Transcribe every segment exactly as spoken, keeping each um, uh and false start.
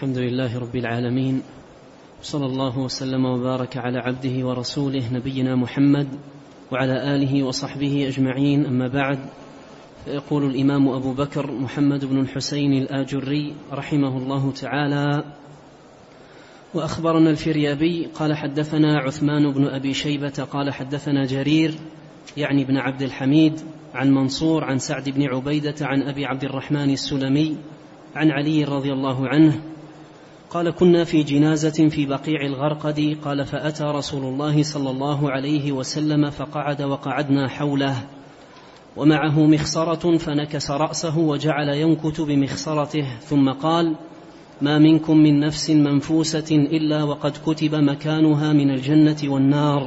الحمد لله رب العالمين، صلى الله وسلم وبارك على عبده ورسوله نبينا محمد وعلى آله وصحبه أجمعين. أما بعد، فيقول الإمام أبو بكر محمد بن الحسين الآجري رحمه الله تعالى: وأخبرنا الفريابي قال حدثنا عثمان بن أبي شيبة قال حدثنا جرير يعني بن عبد الحميد عن منصور عن سعد بن عبيدة عن أبي عبد الرحمن السلمي عن علي رضي الله عنه قال: كنا في جنازة في بقيع الغرقد، قال: فأتى رسول الله صلى الله عليه وسلم فقعد وقعدنا حوله ومعه مخصرة، فنكس رأسه وجعل ينكت بمخصرته، ثم قال: ما منكم من نفس منفوسة إلا وقد كتب مكانها من الجنة والنار،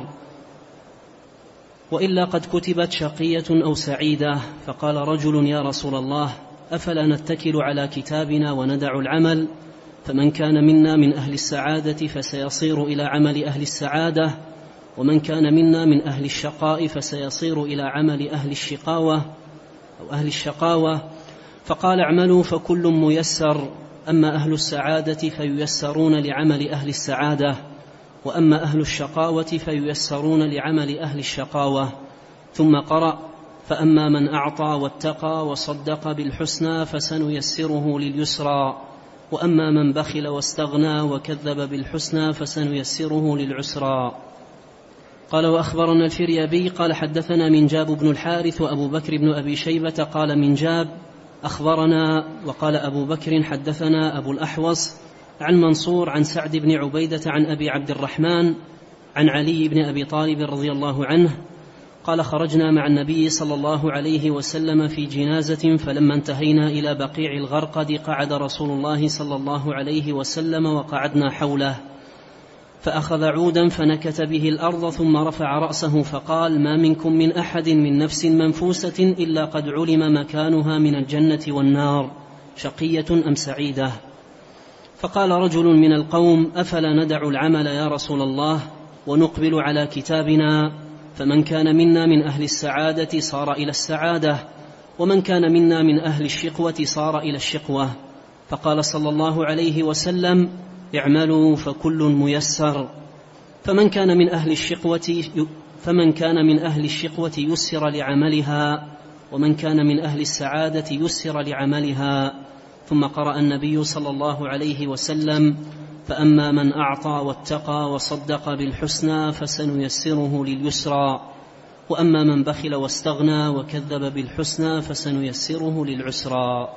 وإلا قد كتبت شقية أو سعيدة. فقال رجل: يا رسول الله، أفلا نتكل على كتابنا وندع العمل؟ فمن كان منا من أهل السعادة فسيصير إلى عمل أهل السعادة، ومن كان منا من أهل الشقاء فسيصير إلى عمل أهل الشقاوة أو أهل الشقاوة. فقال: اعملوا فكل ميسر، أما أهل السعادة فييسرون لعمل أهل السعادة، وأما أهل الشقاوة فييسرون لعمل أهل الشقاوة. ثم قرأ: فأما من أعطى واتقى وصدق بالحسنى فسنيسره لليسرى، وأما من بخل واستغنى وكذب بالحسنى فسنيسره للعسرى. قال: وأخبرنا الفريابي قال حدثنا منجاب بن الحارث وأبو بكر بن أبي شيبة قال منجاب أخبرنا، وقال أبو بكر حدثنا أبو الأحوص عن منصور عن سعد بن عبيدة عن أبي عبد الرحمن عن علي بن أبي طالب رضي الله عنه قال: خرجنا مع النبي صلى الله عليه وسلم في جنازة، فلما انتهينا إلى بقيع الغرقد قعد رسول الله صلى الله عليه وسلم وقعدنا حوله، فأخذ عودا فنكت به الأرض، ثم رفع رأسه فقال: ما منكم من أحد من نفس منفوسة إلا قد علم مكانها من الجنة والنار، شقية أم سعيدة؟ فقال رجل من القوم: أفلا ندع العمل يا رسول الله ونقبل على كتابنا؟ فمن كان منا من أهل السعادة صار إلى السعادة، ومن كان منا من أهل الشقوة صار إلى الشقوة. فقال صلى الله عليه وسلم: اعملوا فكل ميسر، فمن كان من أهل الشقوة فمن كان من أهل الشقوة يسر لعملها، ومن كان من أهل السعادة يسر لعملها. ثم قرأ النبي صلى الله عليه وسلم: فأما من أعطى واتقى وصدق بالحسنى فسنيسره لليسرى، وأما من بخل واستغنى وكذب بالحسنى فسنيسره للعسرى.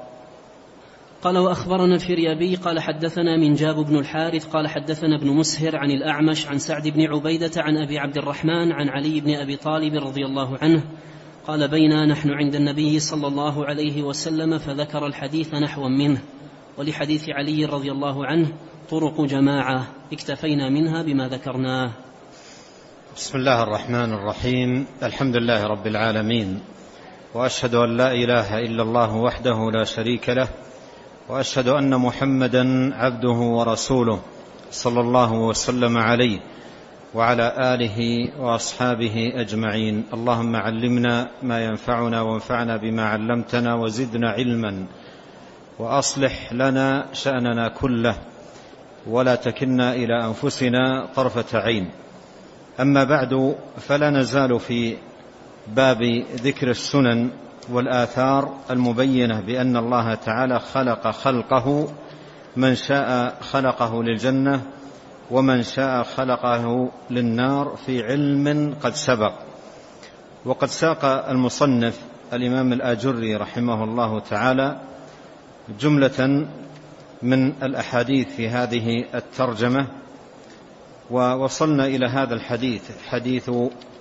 قال: وأخبرنا الفريابي قال حدثنا منجاب بن الحارث قال حدثنا ابن مسهر عن الأعمش عن سعد بن عبيدة عن أبي عبد الرحمن عن علي بن أبي طالب رضي الله عنه قال: بينا نحن عند النبي صلى الله عليه وسلم فذكر الحديث نحوا منه، ولحديث علي رضي الله عنه طرق جماعة، اكتفينا منها بما ذكرناه. بسم الله الرحمن الرحيم. الحمد لله رب العالمين، وأشهد أن لا إله إلا الله وحده لا شريك له، وأشهد أن محمدا عبده ورسوله صلى الله وسلم عليه وعلى آله وأصحابه أجمعين. اللهم علمنا ما ينفعنا وانفعنا بما علمتنا وزدنا علما، وأصلح لنا شأننا كله، ولا تكلنا إلى أنفسنا طرفة عين. أما بعد، فلا نزال في باب ذكر السنن والآثار المبينة بأن الله تعالى خلق خلقه، من شاء خلقه للجنة ومن شاء خلقه للنار في علم قد سبق. وقد ساق المصنف الإمام الآجري رحمه الله تعالى جملة من الأحاديث في هذه الترجمة، ووصلنا إلى هذا الحديث، حديث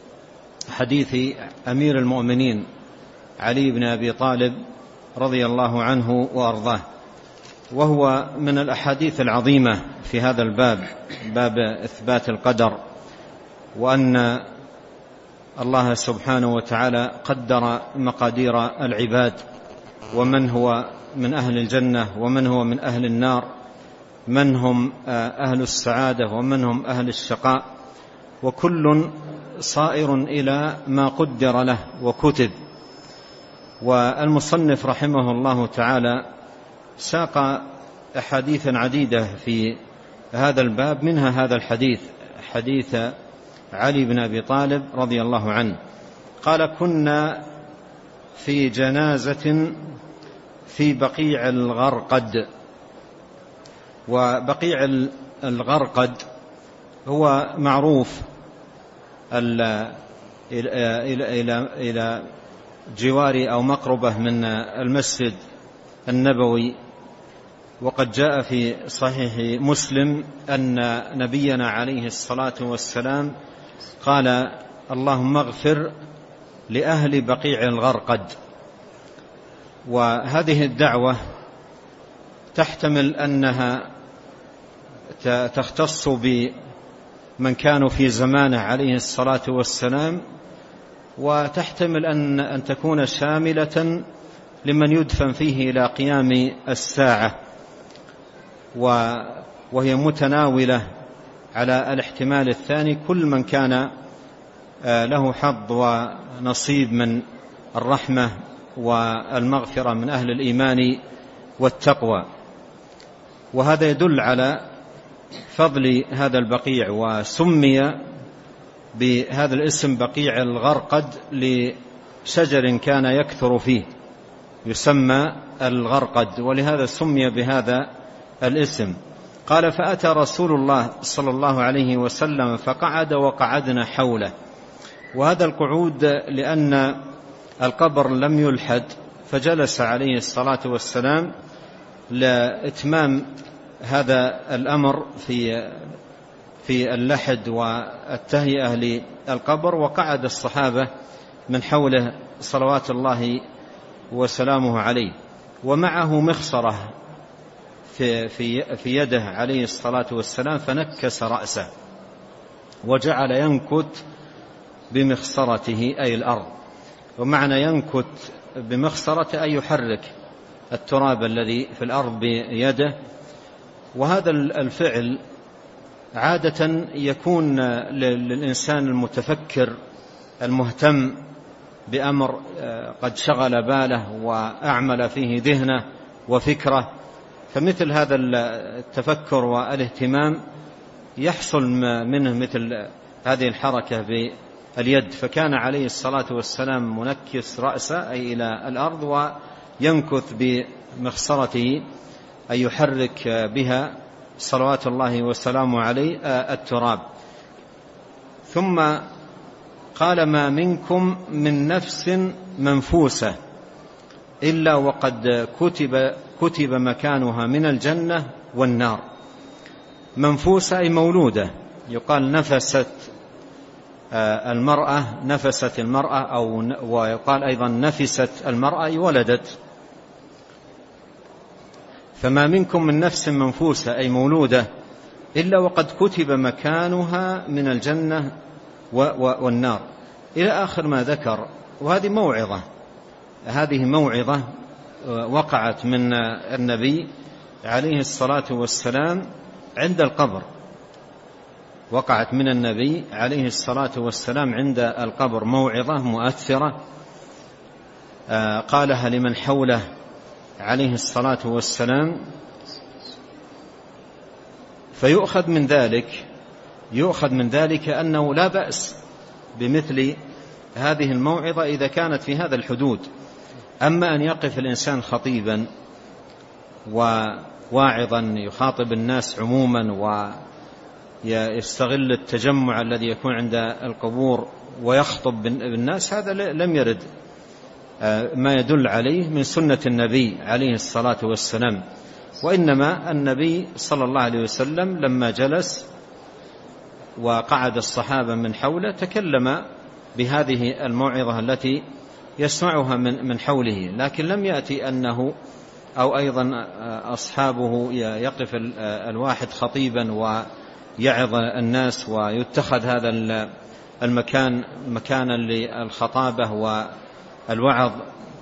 حديث أمير المؤمنين علي بن أبي طالب رضي الله عنه وأرضاه، وهو من الأحاديث العظيمة في هذا الباب، باب إثبات القدر، وأن الله سبحانه وتعالى قدر مقادير العباد، ومن هو من أهل الجنة ومن هو من أهل النار، من هم أهل السعادة ومن هم أهل الشقاء، وكل صائر إلى ما قدر له وكتب. والمصنف رحمه الله تعالى ساق أحاديث عديدة في هذا الباب، منها هذا الحديث، حديث علي بن أبي طالب رضي الله عنه قال: كنا في جنازة في بقيع الغرقد. وبقيع الغرقد هو معروف إلى جوار أو مقربة من المسجد النبوي. وقد جاء في صحيح مسلم أن نبينا عليه الصلاة والسلام قال: اللهم اغفر لأهل بقيع الغرقد. وهذه الدعوة تحتمل أنها تختص بمن كانوا في زمانه عليه الصلاة والسلام، وتحتمل أن أن تكون شاملة لمن يدفن فيه إلى قيام الساعة، وهي متناولة على الاحتمال الثاني، كل من كان له حظ ونصيب من الرحمة والمغفرة من أهل الإيمان والتقوى. وهذا يدل على فضل هذا البقيع، وسمي بهذا الاسم بقيع الغرقد لشجر كان يكثر فيه يسمى الغرقد، ولهذا سمي بهذا الاسم. قال: فأتى رسول الله صلى الله عليه وسلم فقعد وقعدنا حوله. وهذا القعود لأن القبر لم يلحد، فجلس عليه الصلاة والسلام لإتمام هذا الأمر في في اللحد والتهيئة للقبر، وقعد الصحابة من حوله صلوات الله وسلامه عليه، ومعه مخصرة في, في, في يده عليه الصلاة والسلام، فنكس رأسه وجعل ينكت بمخصرته أي الأرض. ومعنى ينكت بمخصرته أي يحرك التراب الذي في الأرض بيده. وهذا الفعل عادة يكون للإنسان المتفكر المهتم بأمر قد شغل باله وأعمل فيه ذهنه وفكره، فمثل هذا التفكر والاهتمام يحصل منه مثل هذه الحركة باليد. فكان عليه الصلاة والسلام منكس رأسه أي إلى الأرض، وينكث بمخصرته أي يحرك بها صلوات الله وسلامه عليه التراب. ثم قال: ما منكم من نفس منفوسة إلا وقد كتب, كتب مكانها من الجنة والنار. منفوسة أي مولودة، يقال نفست المرأة، نفست المرأة، أو ويقال أيضا نفست المرأة أي ولدت. فما منكم من نفس منفوسة أي مولودة إلا وقد كتب مكانها من الجنة والنار، إلى آخر ما ذكر. وهذه موعظة، هذه موعظة وقعت من النبي عليه الصلاة والسلام عند القبر، وقعت من النبي عليه الصلاة والسلام عند القبر، موعظة مؤثرة قالها لمن حوله عليه الصلاة والسلام. فيؤخذ من ذلك يؤخذ من ذلك أنه لا بأس بمثل هذه الموعظة إذا كانت في هذا الحدود. أما أن يقف الإنسان خطيبا وواعظا يخاطب الناس عموما ويستغل التجمع الذي يكون عند القبور ويخطب بالناس، هذا لم يرد ما يدل عليه من سنة النبي عليه الصلاة والسلام. وإنما النبي صلى الله عليه وسلم لما جلس وقعد الصحابة من حوله تكلم بهذه الموعظة التي يسمعها من من حوله، لكن لم يأتي أنه أو أيضا أصحابه يقف الواحد خطيبا ويعظ الناس ويتخذ هذا المكان مكانا للخطابة والوعظ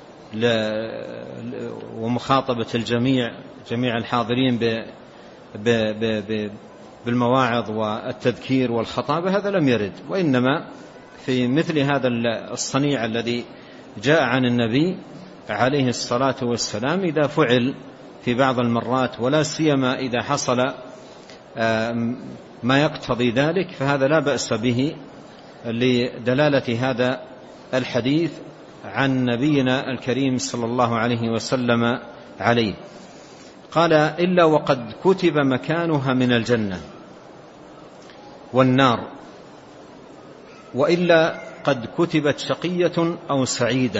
ومخاطبة الجميع جميع الحاضرين بالمواعظ والتذكير والخطابة، هذا لم يرد. وإنما في مثل هذا الصنيع الذي جاء عن النبي عليه الصلاة والسلام إذا فعل في بعض المرات، ولا سيما إذا حصل ما يقتضي ذلك، فهذا لا بأس به لدلالة هذا الحديث عن نبينا الكريم صلى الله عليه وسلم عليه. قال: إلا وقد كتب مكانها من الجنة والنار، وإلا قد كتبت شقية أو سعيدة.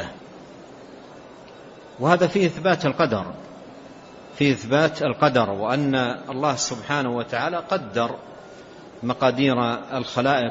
وهذا فيه إثبات القدر، فيه إثبات القدر، وأن الله سبحانه وتعالى قدر مقادير الخلائق،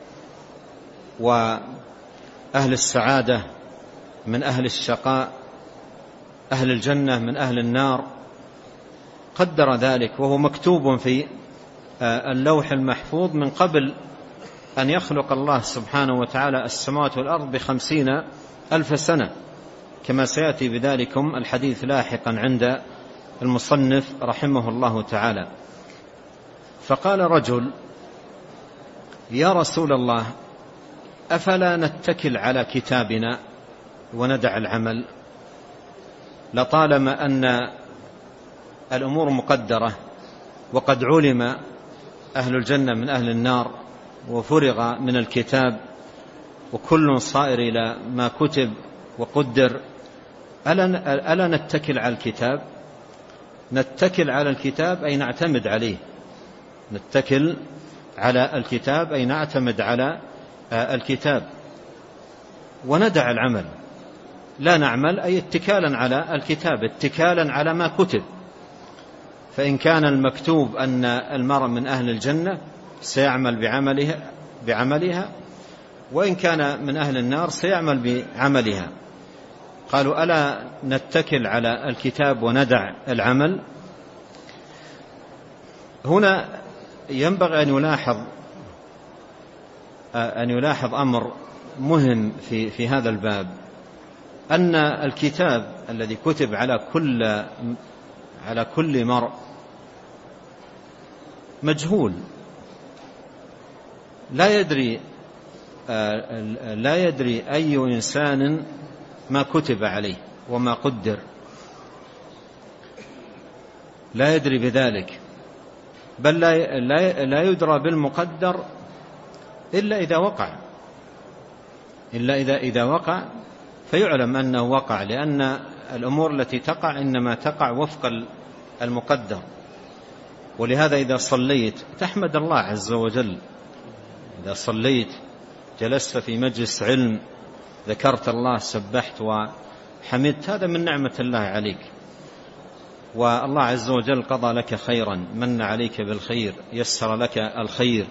وأهل السعادة من أهل الشقاء، أهل الجنة من أهل النار، قدر ذلك، وهو مكتوب في اللوح المحفوظ من قبل أن يخلق الله سبحانه وتعالى السماوات والأرض بخمسين ألف سنة، كما سيأتي بذلكم الحديث لاحقا عند المصنف رحمه الله تعالى. فقال رجل: يا رسول الله، أفلا نتكل على كتابنا وندع العمل؟ لطالما أن الأمور مقدرة، وقد علم أهل الجنة من أهل النار، وفرغ من الكتاب، وكل صائر إلى ما كتب وقدر، ألا, ألا نتكل على الكتاب؟ نتكل على الكتاب أي نعتمد عليه، نتكل على الكتاب أي نعتمد على الكتاب، وندع العمل، لا نعمل أي اتكالا على الكتاب، اتكالا على ما كتب. فإن كان المكتوب أن المرء من أهل الجنة سيعمل بعملها, بعملها وإن كان من أهل النار سيعمل بعملها. قالوا: ألا نتكل على الكتاب وندع العمل؟ هنا ينبغي أن يلاحظ أن يلاحظ أمر مهم في في هذا الباب، أن الكتاب الذي كتب على كل على كل مرء مجهول، لا يدري لا يدري أي إنسان ما كتب عليه وما قدر، لا يدري بذلك، بل لا لا يدرى بالمقدر إلا إذا وقع، إلا إذا إذا وقع فيعلم أنه وقع، لأن الأمور التي تقع إنما تقع وفق المقدر. ولهذا إذا صليت تحمد الله عز وجل، إذا صليت جلست في مجلس علم ذكرت الله، سبحت وحمدت، هذا من نعمة الله عليك، والله عز وجل قضى لك خيرا، من عليك بالخير، يسر لك الخير.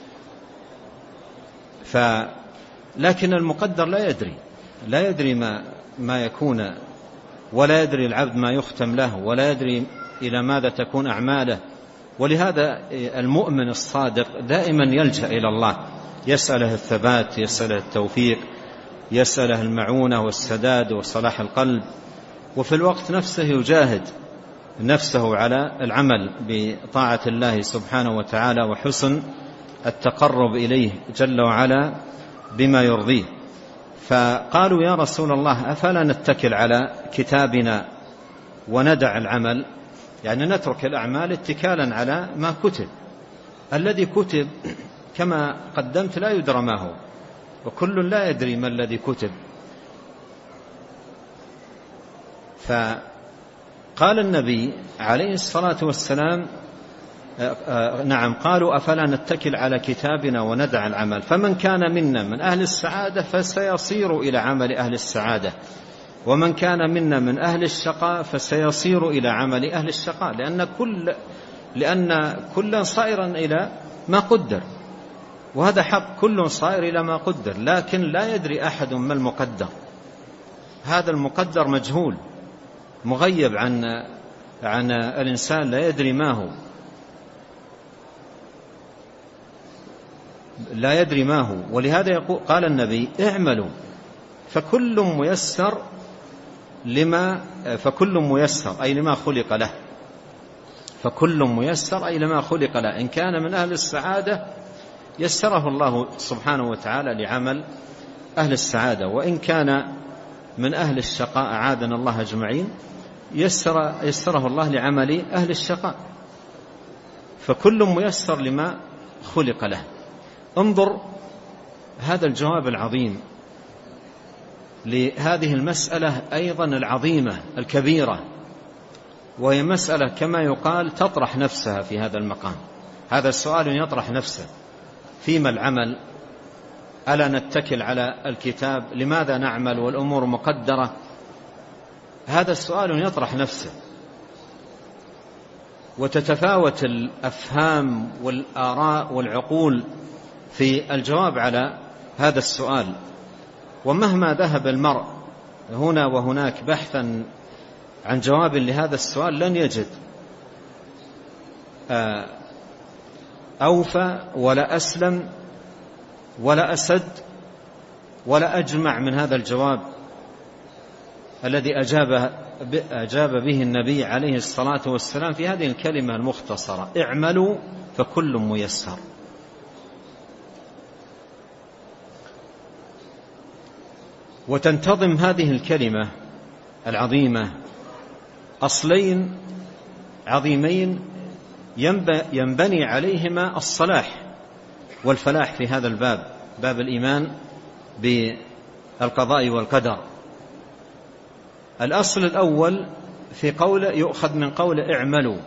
ف لكن المقدر لا يدري لا يدري ما ما يكون، ولا يدري العبد ما يختم له، ولا يدري إلى ماذا تكون أعماله. ولهذا المؤمن الصادق دائما يلجأ إلى الله، يسأله الثبات، يسأله التوفيق، يسأله المعونة والسداد وصلاح القلب، وفي الوقت نفسه يجاهد نفسه على العمل بطاعة الله سبحانه وتعالى وحسن التقرب إليه جل وعلا بما يرضيه. فقالوا: يا رسول الله، أفلا نتكل على كتابنا وندع العمل؟ يعني نترك الأعمال اتكالا على ما كتب. الذي كتب كما قدمت لا يدرى ما هو، وكل لا يدري ما الذي كتب. فقال النبي عليه الصلاة والسلام: نعم. قالوا: أفلا نتكل على كتابنا وندع العمل؟ فمن كان منا من أهل السعادة فسيصير إلى عمل أهل السعادة، ومن كان منا من أهل الشقاء فسيصير إلى عمل أهل الشقاء، لأن كل لأن كل صائر إلى ما قدر، وهذا حق، كل صائر إلى ما قدر، لكن لا يدري أحد ما المقدر. هذا المقدر مجهول، مغيب عن عن الإنسان، لا يدري ما هو، لا يدري ما هو. ولهذا يقول قال النبي: اعملوا فكل ميسر لما فكل ميسر أي لما خلق له، فكل ميسر أي لما خلق له. إن كان من أهل السعادة يسره الله سبحانه وتعالى لعمل أهل السعادة، وإن كان من أهل الشقاء أعاذنا الله أجمعين يسر يسره الله لعمل أهل الشقاء، فكل ميسر لما خلق له. انظر هذا الجواب العظيم لهذه المسألة أيضا العظيمة الكبيرة، وهي مسألة كما يقال تطرح نفسها في هذا المقام. هذا السؤال يطرح نفسه: فيما العمل؟ ألا نتكل على الكتاب؟ لماذا نعمل والأمور مقدرة؟ هذا السؤال يطرح نفسه، وتتفاوت الأفهام والآراء والعقول في الجواب على هذا السؤال. ومهما ذهب المرء هنا وهناك بحثا عن جواب لهذا السؤال لن يجد أوفى ولا أسلم ولا أسد ولا أجمع من هذا الجواب الذي أجاب أجاب به النبي عليه الصلاة والسلام في هذه الكلمة المختصرة: اعملوا فكل ميسر. وتنتظم هذه الكلمة العظيمة أصلين عظيمين ينبني عليهما الصلاح والفلاح في هذا الباب، باب الإيمان بالقضاء والقدر. الأصل الأول في قول يؤخذ من قول اعملوا،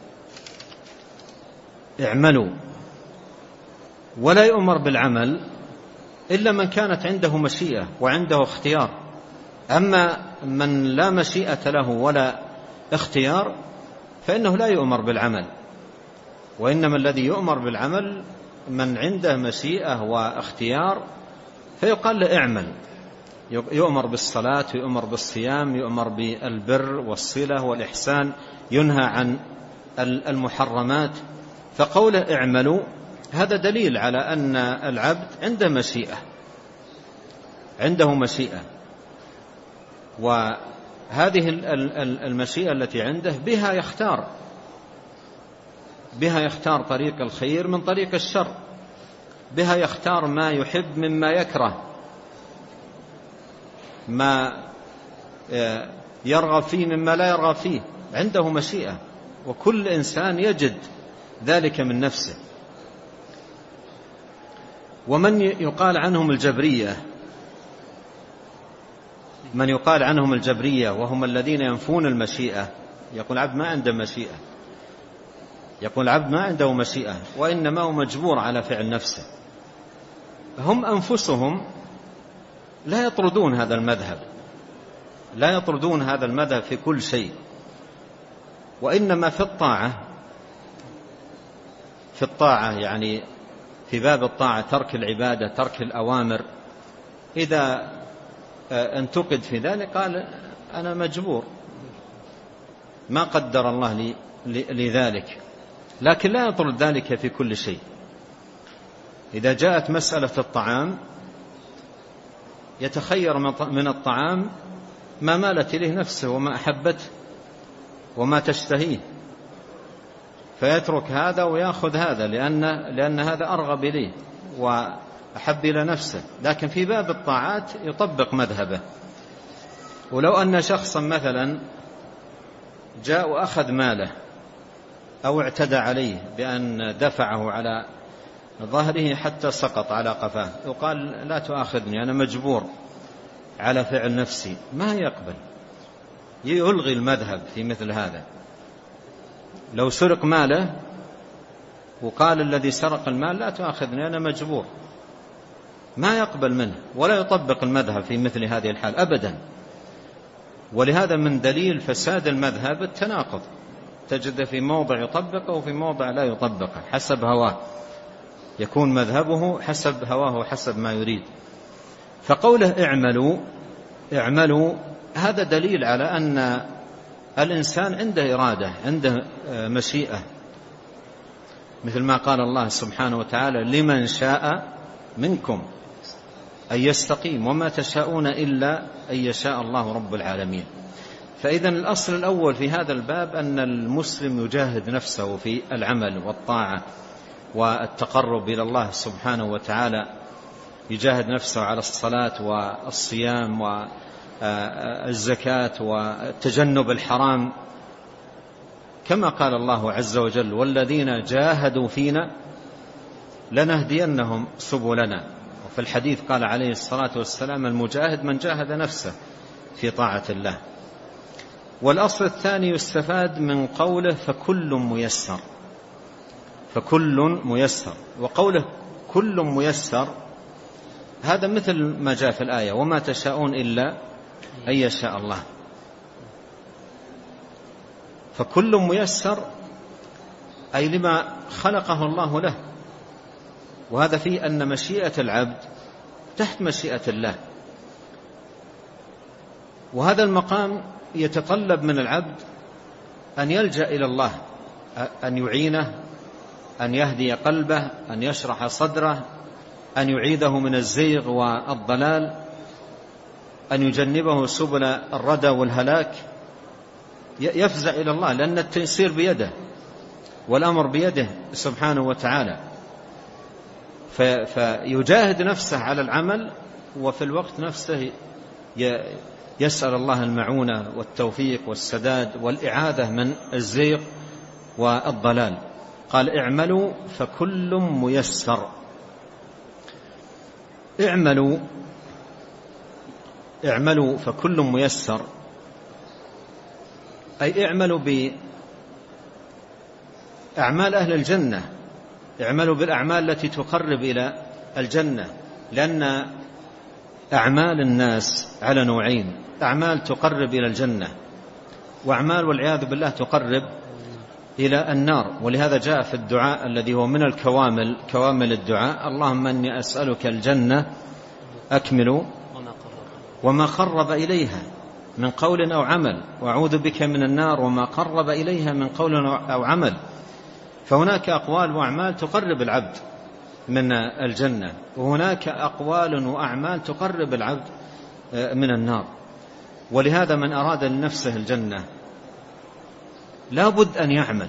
اعملوا، ولا يؤمر بالعمل إلا من كانت عنده مشيئة وعنده اختيار. أما من لا مشيئة له ولا اختيار فإنه لا يؤمر بالعمل، وإنما الذي يؤمر بالعمل من عنده مشيئة واختيار، فيقال له اعمل. يؤمر بالصلاة، يؤمر بالصيام، يؤمر بالبر والصلة والإحسان، ينهى عن المحرمات. فقوله اعملوا هذا دليل على أن العبد عنده مشيئة، عنده مشيئة، وهذه المشيئة التي عنده بها يختار، بها يختار طريق الخير من طريق الشر، بها يختار ما يحب مما يكره، ما يرغب فيه مما لا يرغب فيه. عنده مشيئة، وكل إنسان يجد ذلك من نفسه. ومن يقال عنهم الجبرية، من يقال عنهم الجبرية وهم الذين ينفون المشيئة، يقول العبد ما عنده مشيئة، يقول العبد ما عنده مشيئة وإنما هو مجبور على فعل نفسه. هم أنفسهم لا يطردون هذا المذهب، لا يطردون هذا المذهب في كل شيء، وإنما في الطاعة، في الطاعة يعني في باب الطاعة، ترك العبادة، ترك الأوامر، إذا انتقد في ذلك قال أنا مجبور، ما قدر الله لي لذلك، لكن لا يطرد ذلك في كل شيء. إذا جاءت مسألة الطعام يتخير من الطعام ما مالت إليه نفسه وما أحبته وما تشتهيه، فيترك هذا ويأخذ هذا لأن, لأن هذا أرغب إليه وأحب إلى نفسه. لكن في باب الطاعات يطبق مذهبه. ولو أن شخصا مثلا جاء وأخذ ماله أو اعتدى عليه بأن دفعه على ظهره حتى سقط على قفاه، يقال لا تؤاخذني أنا مجبور على فعل نفسي، ما يقبل، يلغي المذهب في مثل هذا. لو سرق ماله وقال الذي سرق المال لا تؤاخذني أنا مجبور، ما يقبل منه ولا يطبق المذهب في مثل هذه الحال أبدا. ولهذا من دليل فساد المذهب التناقض، تجد في موضع يطبقه وفي موضع لا يطبقه حسب هواه، يكون مذهبه حسب هواه وحسب ما يريد. فقوله اعملوا اعملوا هذا دليل على أن الإنسان عنده إرادة، عنده مشيئة، مثل ما قال الله سبحانه وتعالى لمن شاء منكم أن يستقيم وما تشاءون إلا أن يشاء الله رب العالمين. فإذا الأصل الأول في هذا الباب أن المسلم يجاهد نفسه في العمل والطاعة والتقرب إلى الله سبحانه وتعالى، يجاهد نفسه على الصلاة والصيام الزكاة وتجنب الحرام، كما قال الله عز وجل: والذين جاهدوا فينا لنهدينهم سبلنا. وفي الحديث قال عليه الصلاة والسلام: المجاهد من جاهد نفسه في طاعة الله. والأصل الثاني يستفاد من قوله فكل ميسر، فكل ميسر. وقوله كل ميسر هذا مثل ما جاء في الآية: وما تشاءون إلا أن يشاء الله. فكل ميسر أي لما خلقه الله له، وهذا فيه أن مشيئة العبد تحت مشيئة الله، وهذا المقام يتطلب من العبد أن يلجأ إلى الله، أن يعينه، أن يهدي قلبه، أن يشرح صدره، أن يعيده من الزيغ والضلال، أن يجنبه سبل الردى والهلاك. يفزع إلى الله، لأن التيسير بيده والأمر بيده سبحانه وتعالى، فيجاهد نفسه على العمل، وفي الوقت نفسه يسأل الله المعونة والتوفيق والسداد والإعاذة من الزيغ والضلال. قال: اعملوا فكل ميسر. اعملوا اعملوا فكل ميسر أي اعملوا بأعمال أهل الجنة، اعملوا بالأعمال التي تقرب إلى الجنة، لأن أعمال الناس على نوعين: أعمال تقرب إلى الجنة، وأعمال والعياذ بالله تقرب إلى النار. ولهذا جاء في الدعاء الذي هو من الكوامل، كوامل الدعاء: اللهم إني أسألك الجنة أكمل وما قرب إليها من قول أو عمل، وأعوذ بك من النار وما قرب إليها من قول أو عمل. فهناك أقوال وأعمال تقرب العبد من الجنة، وهناك أقوال وأعمال تقرب العبد من النار. ولهذا من أراد لنفسه الجنة لا بد أن يعمل،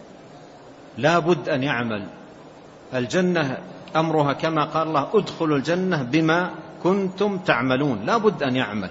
لا بد أن يعمل. الجنة أمرها كما قال الله: ادخلوا الجنة بما كنتم تعملون. لا بد أن يعمل.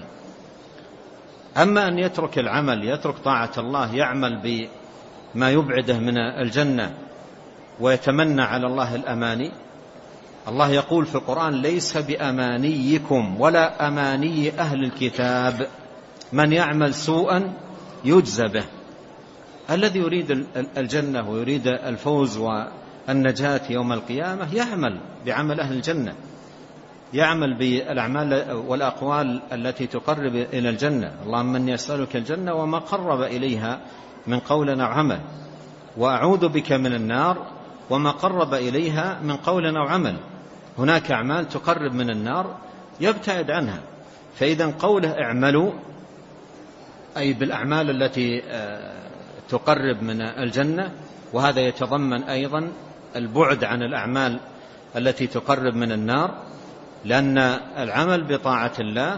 أما أن يترك العمل، يترك طاعة الله، يعمل بما يبعده من الجنة ويتمنى على الله الأماني. الله يقول في القرآن: ليس بأمانيكم ولا أماني أهل الكتاب من يعمل سوءا يجزى به. الذي يريد الجنة ويريد الفوز والنجاة يوم القيامة يعمل بعمل أهل الجنة، يعمل بالأعمال والأقوال التي تقرب إلى الجنة. اللهم إني أسألك الجنة وما قرب إليها من قول أو عمل، وأعوذ بك من النار وما قرب إليها من قول أو عمل. هناك أعمال تقرب من النار يبتعد عنها. فإذا قوله اعملوا أي بالأعمال التي تقرب من الجنة، وهذا يتضمن أيضا البعد عن الأعمال التي تقرب من النار، لأن العمل بطاعة الله،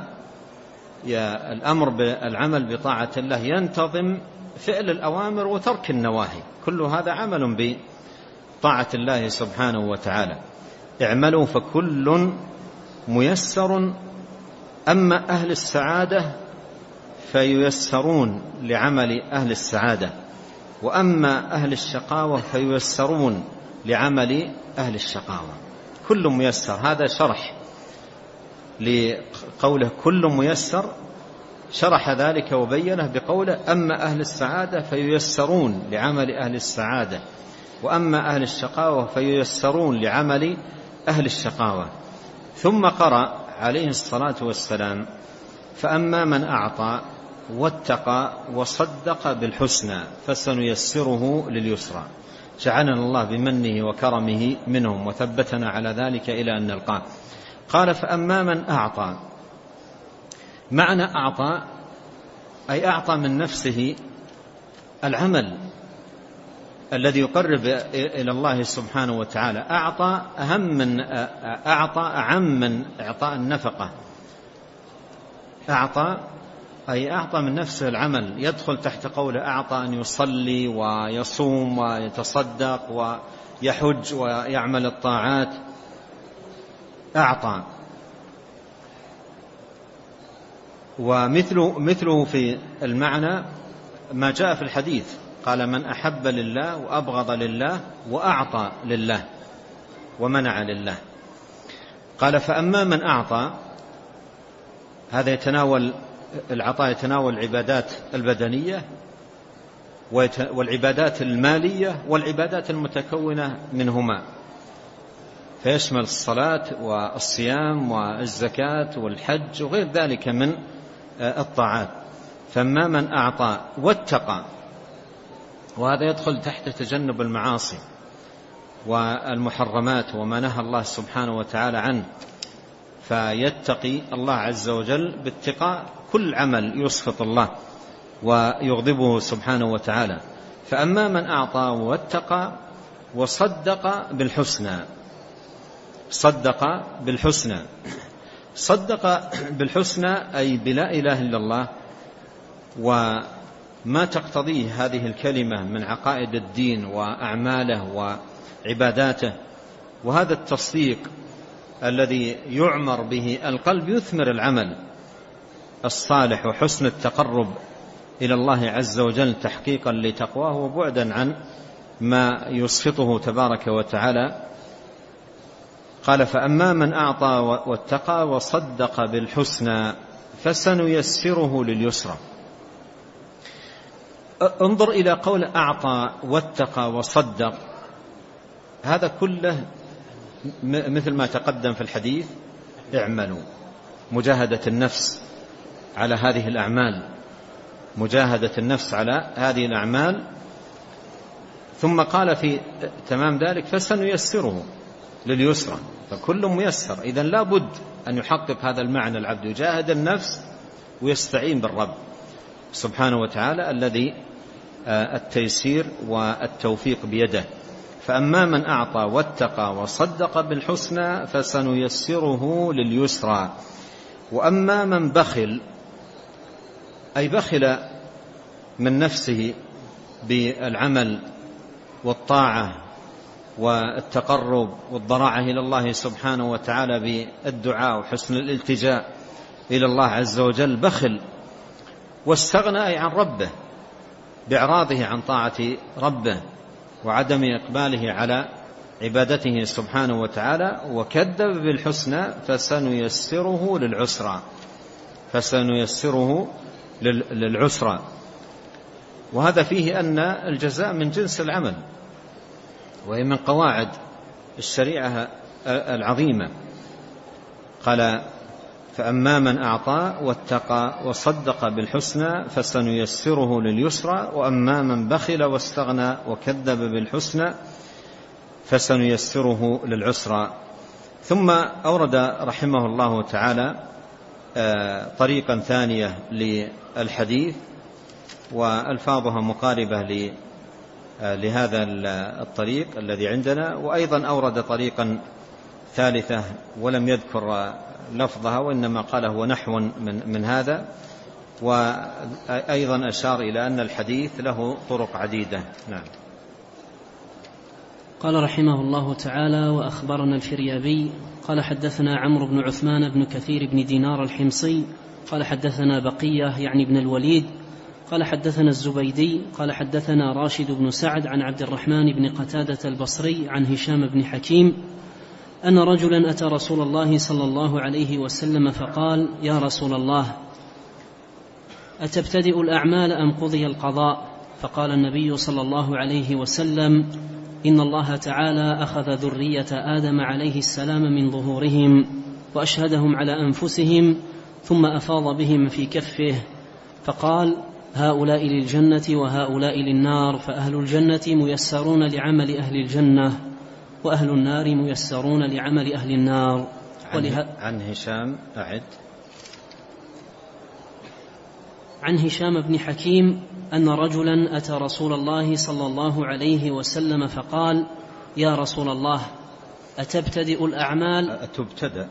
الأمر بالعمل بطاعة الله ينتظم فعل الأوامر وترك النواهي، كل هذا عمل بطاعة الله سبحانه وتعالى. اعملوا فكل ميسر. أما أهل السعادة فييسرون لعمل أهل السعادة، وأما أهل الشقاوة فييسرون لعمل أهل الشقاوة. كل ميسر، هذا شرح لقوله كل ميسر، شرح ذلك وبينه بقوله: أما أهل السعادة فييسرون لعمل أهل السعادة، وأما أهل الشقاوة فييسرون لعمل أهل الشقاوة. ثم قرأ عليه الصلاة والسلام: فأما من أعطى واتقى وصدق بالحسنى فسنيسره لليسرى. جعلنا الله بمنه وكرمه منهم وثبتنا على ذلك إلى أن نلقاه. قال: فأما من أعطى، معنى أعطى أي أعطى من نفسه العمل الذي يقرب إلى الله سبحانه وتعالى. أعطى أهم من أعطى أعم من إعطاء النفقة. أعطى أي أعطى من نفسه العمل، يدخل تحت قوله أعطى أن يصلي ويصوم ويتصدق ويحج ويعمل الطاعات. أعطى ومثله مثله في المعنى ما جاء في الحديث، قال: من أحب لله وأبغض لله وأعطى لله ومنع لله. قال: فأما من أعطى، هذا يتناول العطاء يتناول العبادات البدنية والعبادات المالية والعبادات المتكونة منهما، فيشمل الصلاة والصيام والزكاة والحج وغير ذلك من الطاعات. فأما من أعطى واتقى، وهذا يدخل تحت تجنب المعاصي والمحرمات وما نهى الله سبحانه وتعالى عنه، فيتقي الله عز وجل باتقاء كل عمل يسخط الله ويغضبه سبحانه وتعالى. فأما من أعطى واتقى وصدق بالحسنى، صدق بالحسنى صدق بالحسنى أي بلا إله إلا الله وما تقتضيه هذه الكلمة من عقائد الدين وأعماله وعباداته. وهذا التصديق الذي يعمر به القلب يثمر العمل الصالح وحسن التقرب إلى الله عز وجل تحقيقا لتقواه وبعدا عن ما يسخطه تبارك وتعالى. قال: فأما من أعطى واتقى وصدق بالحسنى فسنيسره لليسرى. انظر إلى قول أعطى واتقى وصدق، هذا كله مثل ما تقدم في الحديث: اعملوا، مجاهدة النفس على هذه الأعمال، مجاهدة النفس على هذه الأعمال. ثم قال في تمام ذلك: فسنيسره لليسرى، فكل ميسر. إذن لا بد أن يحقق هذا المعنى العبد، يجاهد النفس ويستعين بالرب سبحانه وتعالى الذي التيسير والتوفيق بيده. فأما من أعطى واتقى وصدق بالحسنى فسنيسره لليسرى. وأما من بخل، أي بخل من نفسه بالعمل والطاعة والتقرب والضراعة إلى الله سبحانه وتعالى بالدعاء وحسن الالتجاء إلى الله عز وجل، بخل واستغنى أي عن ربه بإعراضه عن طاعة ربه وعدم إقباله على عبادته سبحانه وتعالى، وكذب بالحسنى فسنيسره للعسرى، فسنيسره للعسرى. وهذا فيه أن الجزاء من جنس العمل، وهي من قواعد الشريعة العظيمة. قال: فأما من أعطى واتقى وصدق بالحسنى فسنيسره لليسرى، وأما من بخل واستغنى وكذب بالحسنى فسنيسره للعسرى. ثم أورد رحمه الله تعالى طريقا ثانية للحديث وألفاظها مقاربة لهذا الطريق الذي عندنا، وأيضا أورد طريقا ثالثة ولم يذكر لفظها وإنما قال هو نحو من, من هذا، وأيضا أشار إلى أن الحديث له طرق عديدة. نعم. قال رحمه الله تعالى: وأخبرنا الفريابي قال حدثنا عمرو بن عثمان بن كثير بن دينار الحمصي قال حدثنا بقية يعني بن الوليد قال حدثنا الزبيدي قال حدثنا راشد بن سعد عن عبد الرحمن بن قتادة البصري عن هشام بن حكيم أن رجلا أتى رسول الله صلى الله عليه وسلم فقال: يا رسول الله، أتبتدئ الأعمال أم قضي القضاء؟ فقال النبي صلى الله عليه وسلم: إن الله تعالى أخذ ذرية آدم عليه السلام من ظهورهم وأشهدهم على أنفسهم ثم أفاض بهم في كفه فقال: هؤلاء للجنة وهؤلاء للنار، فأهل الجنة ميسرون لعمل أهل الجنة وأهل النار ميسرون لعمل أهل النار. عن, عن هشام أعد عن هشام بن حكيم أن رجلا أتى رسول الله صلى الله عليه وسلم فقال: يا رسول الله، أتبتدئ الأعمال أتبتدأ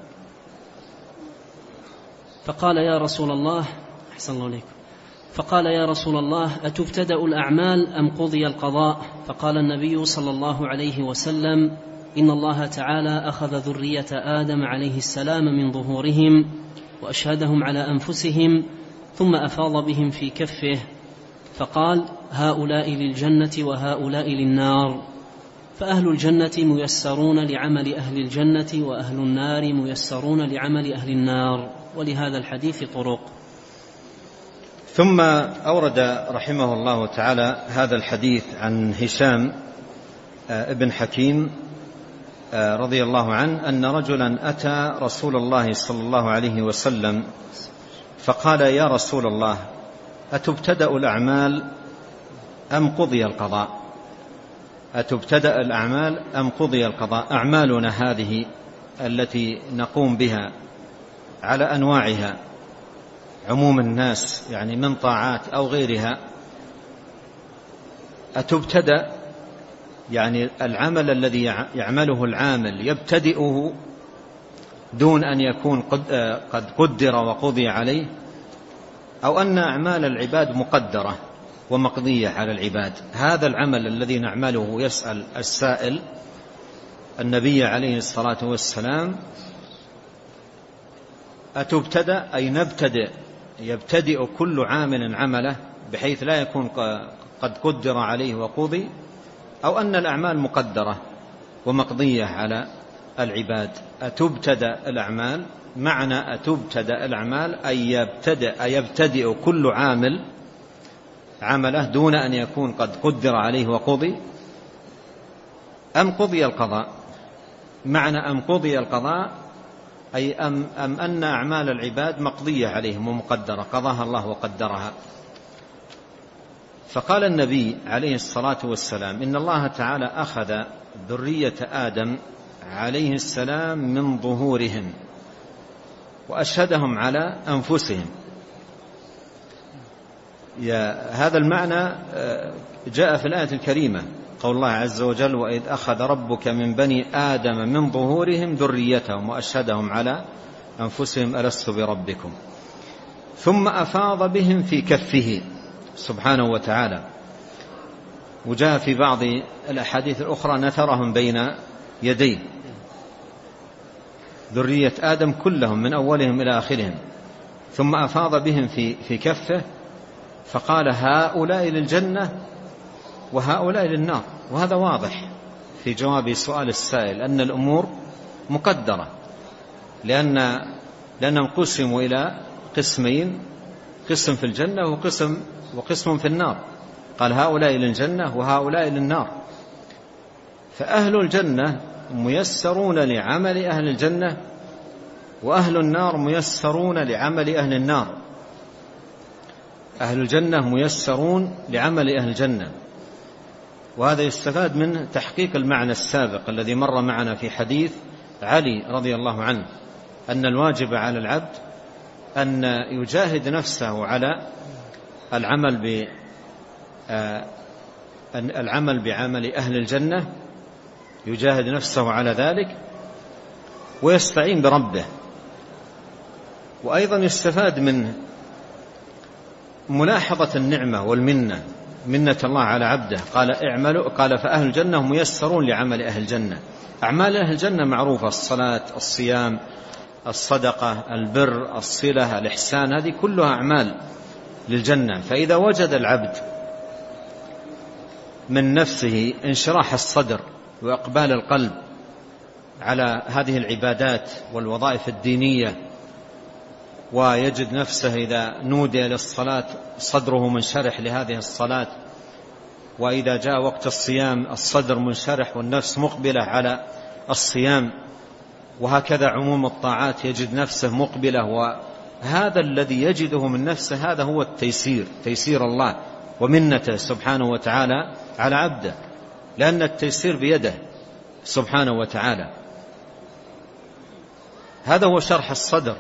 فقال: يا رسول الله أحسن الله عليكم فقال: يا رسول الله، أتبتدأ الأعمال أم قضي القضاء؟ فقال النبي صلى الله عليه وسلم: إن الله تعالى أخذ ذرية آدم عليه السلام من ظهورهم وأشهدهم على أنفسهم ثم أفاض بهم في كفه فقال: هؤلاء للجنة وهؤلاء للنار، فأهل الجنة ميسرون لعمل أهل الجنة وأهل النار ميسرون لعمل أهل النار. ولهذا الحديث طرق. ثم أورد رحمه الله تعالى هذا الحديث عن هشام ابن حكيم رضي الله عنه أن رجلا أتى رسول الله صلى الله عليه وسلم فقال: يا رسول الله، أتبتدأ الأعمال أم قضي القضاء؟ أتبتدأ الأعمال أم قضي القضاء؟ أعمالنا هذه التي نقوم بها على أنواعها، عموم الناس يعني من طاعات أو غيرها، أتبتدأ يعني العمل الذي يعمله العامل يبتدئه دون أن يكون قد قدر وقضي عليه، أو أن أعمال العباد مقدرة ومقضية على العباد؟ هذا العمل الذي نعمله، يسأل السائل النبي عليه الصلاة والسلام: أتبتدأ أي نبتدئ، يبتدئ كل عامل عمله بحيث لا يكون قد قدر عليه وقضي، أو أن الأعمال مقدرة ومقضية على العباد؟ أتبتدأ الأعمال، معنى أتبتدأ الأعمال أي يبتدئ, أي يبتدئ كل عامل عمله دون أن يكون قد قدر عليه وقضي، أم قضي القضاء؟ معنى أم قضي القضاء أي أم, أم أن أعمال العباد مقضية عليهم ومقدرة، قضاها الله وقدرها. فقال النبي عليه الصلاة والسلام: إن الله تعالى أخذ ذرية آدم عليه السلام من ظهورهم وأشهدهم على أنفسهم. هذا المعنى جاء في الآية الكريمة، قول الله عز وجل: وإذ أخذ ربك من بني آدم من ظهورهم ذريتهم وأشهدهم على أنفسهم ألست بربكم، ثم أفاض بهم في كفه سبحانه وتعالى. وجاء في بعض الأحاديث الأخرى: نثرهم بين يديه، ذرية آدم كلهم من أولهم إلى آخرهم، ثم أفاض بهم في, في كفه فقال: هؤلاء للجنة وهؤلاء للنار. وهذا واضح في جواب سؤال السائل أن الأمور مقدرة، لأن لأنهم قسموا إلى قسمين، قسم في الجنة وقسم, وقسم في النار. قال: هؤلاء للجنة وهؤلاء للنار. فأهل الجنة ميسرون لعمل أهل الجنة، وأهل النار ميسرون لعمل أهل النار. أهل الجنة ميسرون لعمل أهل الجنة. وهذا يستفاد من تحقيق المعنى السابق الذي مر معنا في حديث علي رضي الله عنه، أن الواجب على العبد أن يجاهد نفسه على العمل ب العمل بعمل أهل الجنة، يجاهد نفسه على ذلك ويستعين بربه. وأيضا يستفاد من ملاحظة النعمة والمنة، منة الله على عبده. قال: اعملوا، قال: فأهل الجنة ميسرون لعمل أهل الجنة. أعمال أهل الجنة معروفة: الصلاة، الصيام، الصدقة، البر، الصلة، الإحسان، هذه كلها أعمال للجنة. فإذا وجد العبد من نفسه انشراح الصدر وإقبال القلب على هذه العبادات والوظائف الدينية، ويجد نفسه إذا نودي للصلاة صدره منشرح لهذه الصلاة، وإذا جاء وقت الصيام الصدر منشرح والنفس مقبلة على الصيام، وهكذا عموم الطاعات يجد نفسه مقبلة. وهذا الذي يجده من نفسه هذا هو التيسير، تيسير الله ومنته سبحانه وتعالى على عبده، لأن التيسير بيده سبحانه وتعالى. هذا هو شرح الصدر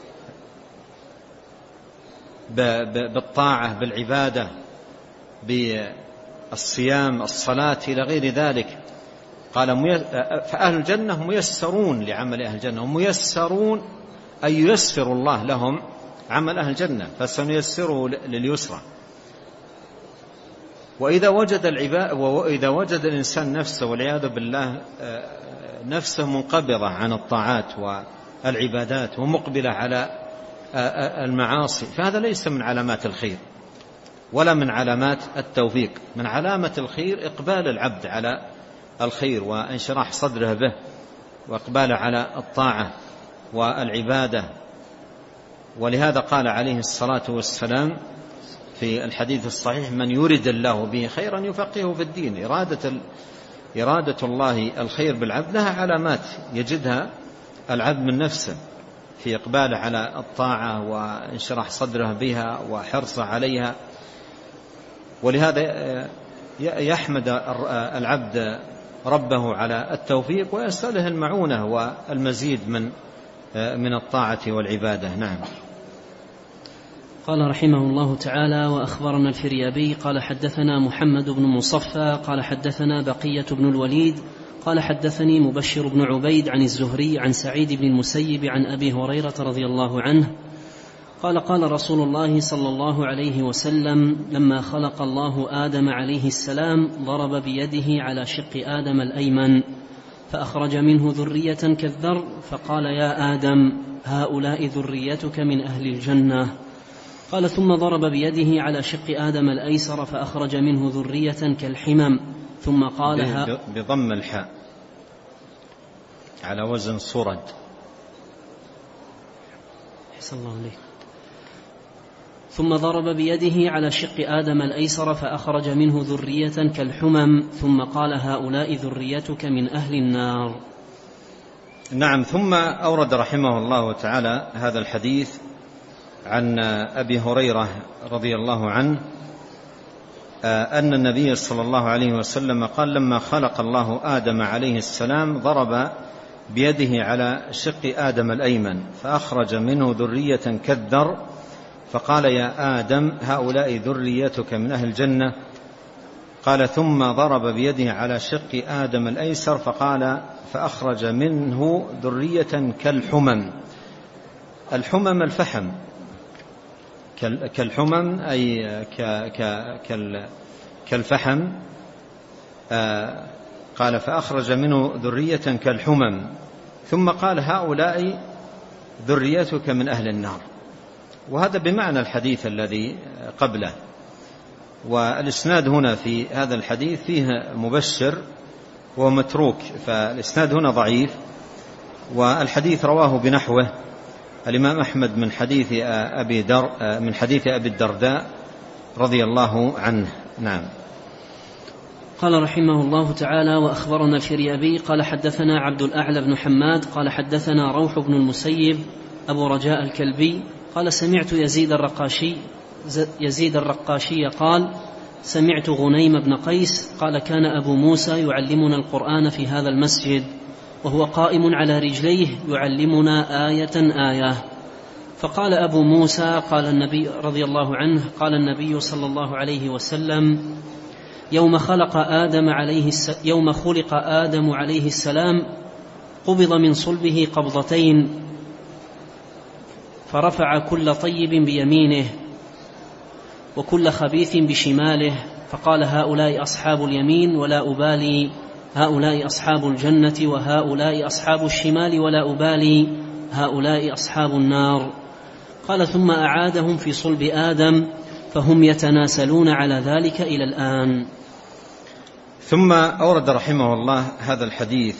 بالطاعة، بالعبادة، بالصيام، الصلاة إلى غير ذلك. قال: فأهل الجنة ميسرون لعمل أهل الجنة، وميسرون أي ييسر الله لهم عمل أهل الجنة، فسنيسره لليسرى. وإذا وجد العباد وإذا وجد الإنسان نفسه والعياذ بالله نفسه منقبضة عن الطاعات والعبادات ومقبلة على المعاصي، فهذا ليس من علامات الخير ولا من علامات التوفيق. من علامة الخير إقبال العبد على الخير وانشراح صدره به وإقباله على الطاعة والعبادة. ولهذا قال عليه الصلاة والسلام في الحديث الصحيح: من يرد الله به خيرا يفقهه في الدين. إرادة, إرادة الله الخير بالعبد لها علامات يجدها العبد من نفسه في إقباله على الطاعة وانشراح صدره بها وحرصه عليها. ولهذا يحمد العبد ربه على التوفيق ويسأله المعونة والمزيد من من الطاعة والعبادة. نعم. قال رحمه الله تعالى: وأخبرنا الفريابي قال حدثنا محمد بن مصفى قال حدثنا بقية بن الوليد قال حدثني مبشر بن عبيد عن الزهري عن سعيد بن المسيب عن أبي هريرة رضي الله عنه قال: قال رسول الله صلى الله عليه وسلم: لما خلق الله آدم عليه السلام ضرب بيده على شق آدم الأيمن فأخرج منه ذرية كالذر فقال: يا آدم هؤلاء ذريتك من أهل الجنة. قال: ثم ضرب بيده على شق آدم الأيسر فأخرج منه ذرية كالحمم ثم قال ها بضم الحاء على وزن صرد. حسن الله عليك. ثم ضرب بيده على شق آدم الأيسر فأخرج منه ذرية كالحمم ثم قال: هؤلاء ذريتك من أهل النار. نعم. ثم أورد رحمه الله تعالى هذا الحديث عن أبي هريرة رضي الله عنه أن النبي صلى الله عليه وسلم قال: لما خلق الله آدم عليه السلام ضرب بيده على شق آدم الأيمن فأخرج منه ذرية كالذر فقال: يا آدم هؤلاء ذريتك من أهل الجنة. قال: ثم ضرب بيده على شق آدم الأيسر فقال فأخرج منه ذرية كالحمم. الحمم الفحم، كالحمم أي كالفحم. قال: فأخرج منه ذرية كالحمم ثم قال: هؤلاء ذريتك من أهل النار. وهذا بمعنى الحديث الذي قبله. والإسناد هنا في هذا الحديث فيه مبشر ومتروك، فالإسناد هنا ضعيف. والحديث رواه بنحوه الإمام أحمد من حديث أبي در من حديث أبي الدرداء رضي الله عنه. نعم. قال رحمه الله تعالى: وأخبرنا الفريابي قال حدثنا عبد الأعلى بن حماد قال حدثنا روح بن المسيب أبو رجاء الكلبي قال: سمعت يزيد الرقاشي يزيد الرقاشي قال: سمعت غنيم بن قيس قال: كان أبو موسى يعلمنا القرآن في هذا المسجد وهو قائم على رجليه يعلمنا آية آية. فقال أبو موسى قال النبي رضي الله عنه قال النبي صلى الله عليه وسلم: يوم خلق آدم عليه الس... يوم خلق آدم عليه السلام قبض من صلبه قبضتين فرفع كل طيب بيمينه وكل خبيث بشماله فقال: هؤلاء أصحاب اليمين ولا أبالي، هؤلاء أصحاب الجنة وهؤلاء أصحاب الشمال ولا أبالي، هؤلاء أصحاب النار. قال: ثم أعادهم في صلب آدم فهم يتناسلون على ذلك إلى الآن. ثم أورد رحمه الله هذا الحديث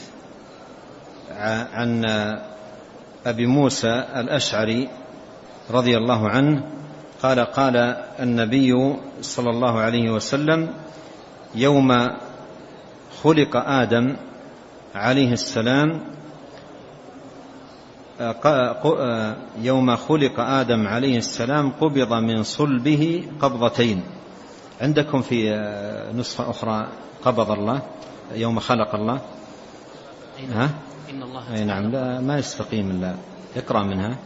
عن أبي موسى الأشعري رضي الله عنه قال: قال النبي صلى الله عليه وسلم: يوم خلق آدم عليه السلام يوم خلق آدم عليه السلام قبض من صلبه قبضتين. عندكم في نسخة أخرى قبض الله يوم خلق الله؟ ها؟ إن الله أي نعم. لا ما يستقيم إلا اقرأ منها.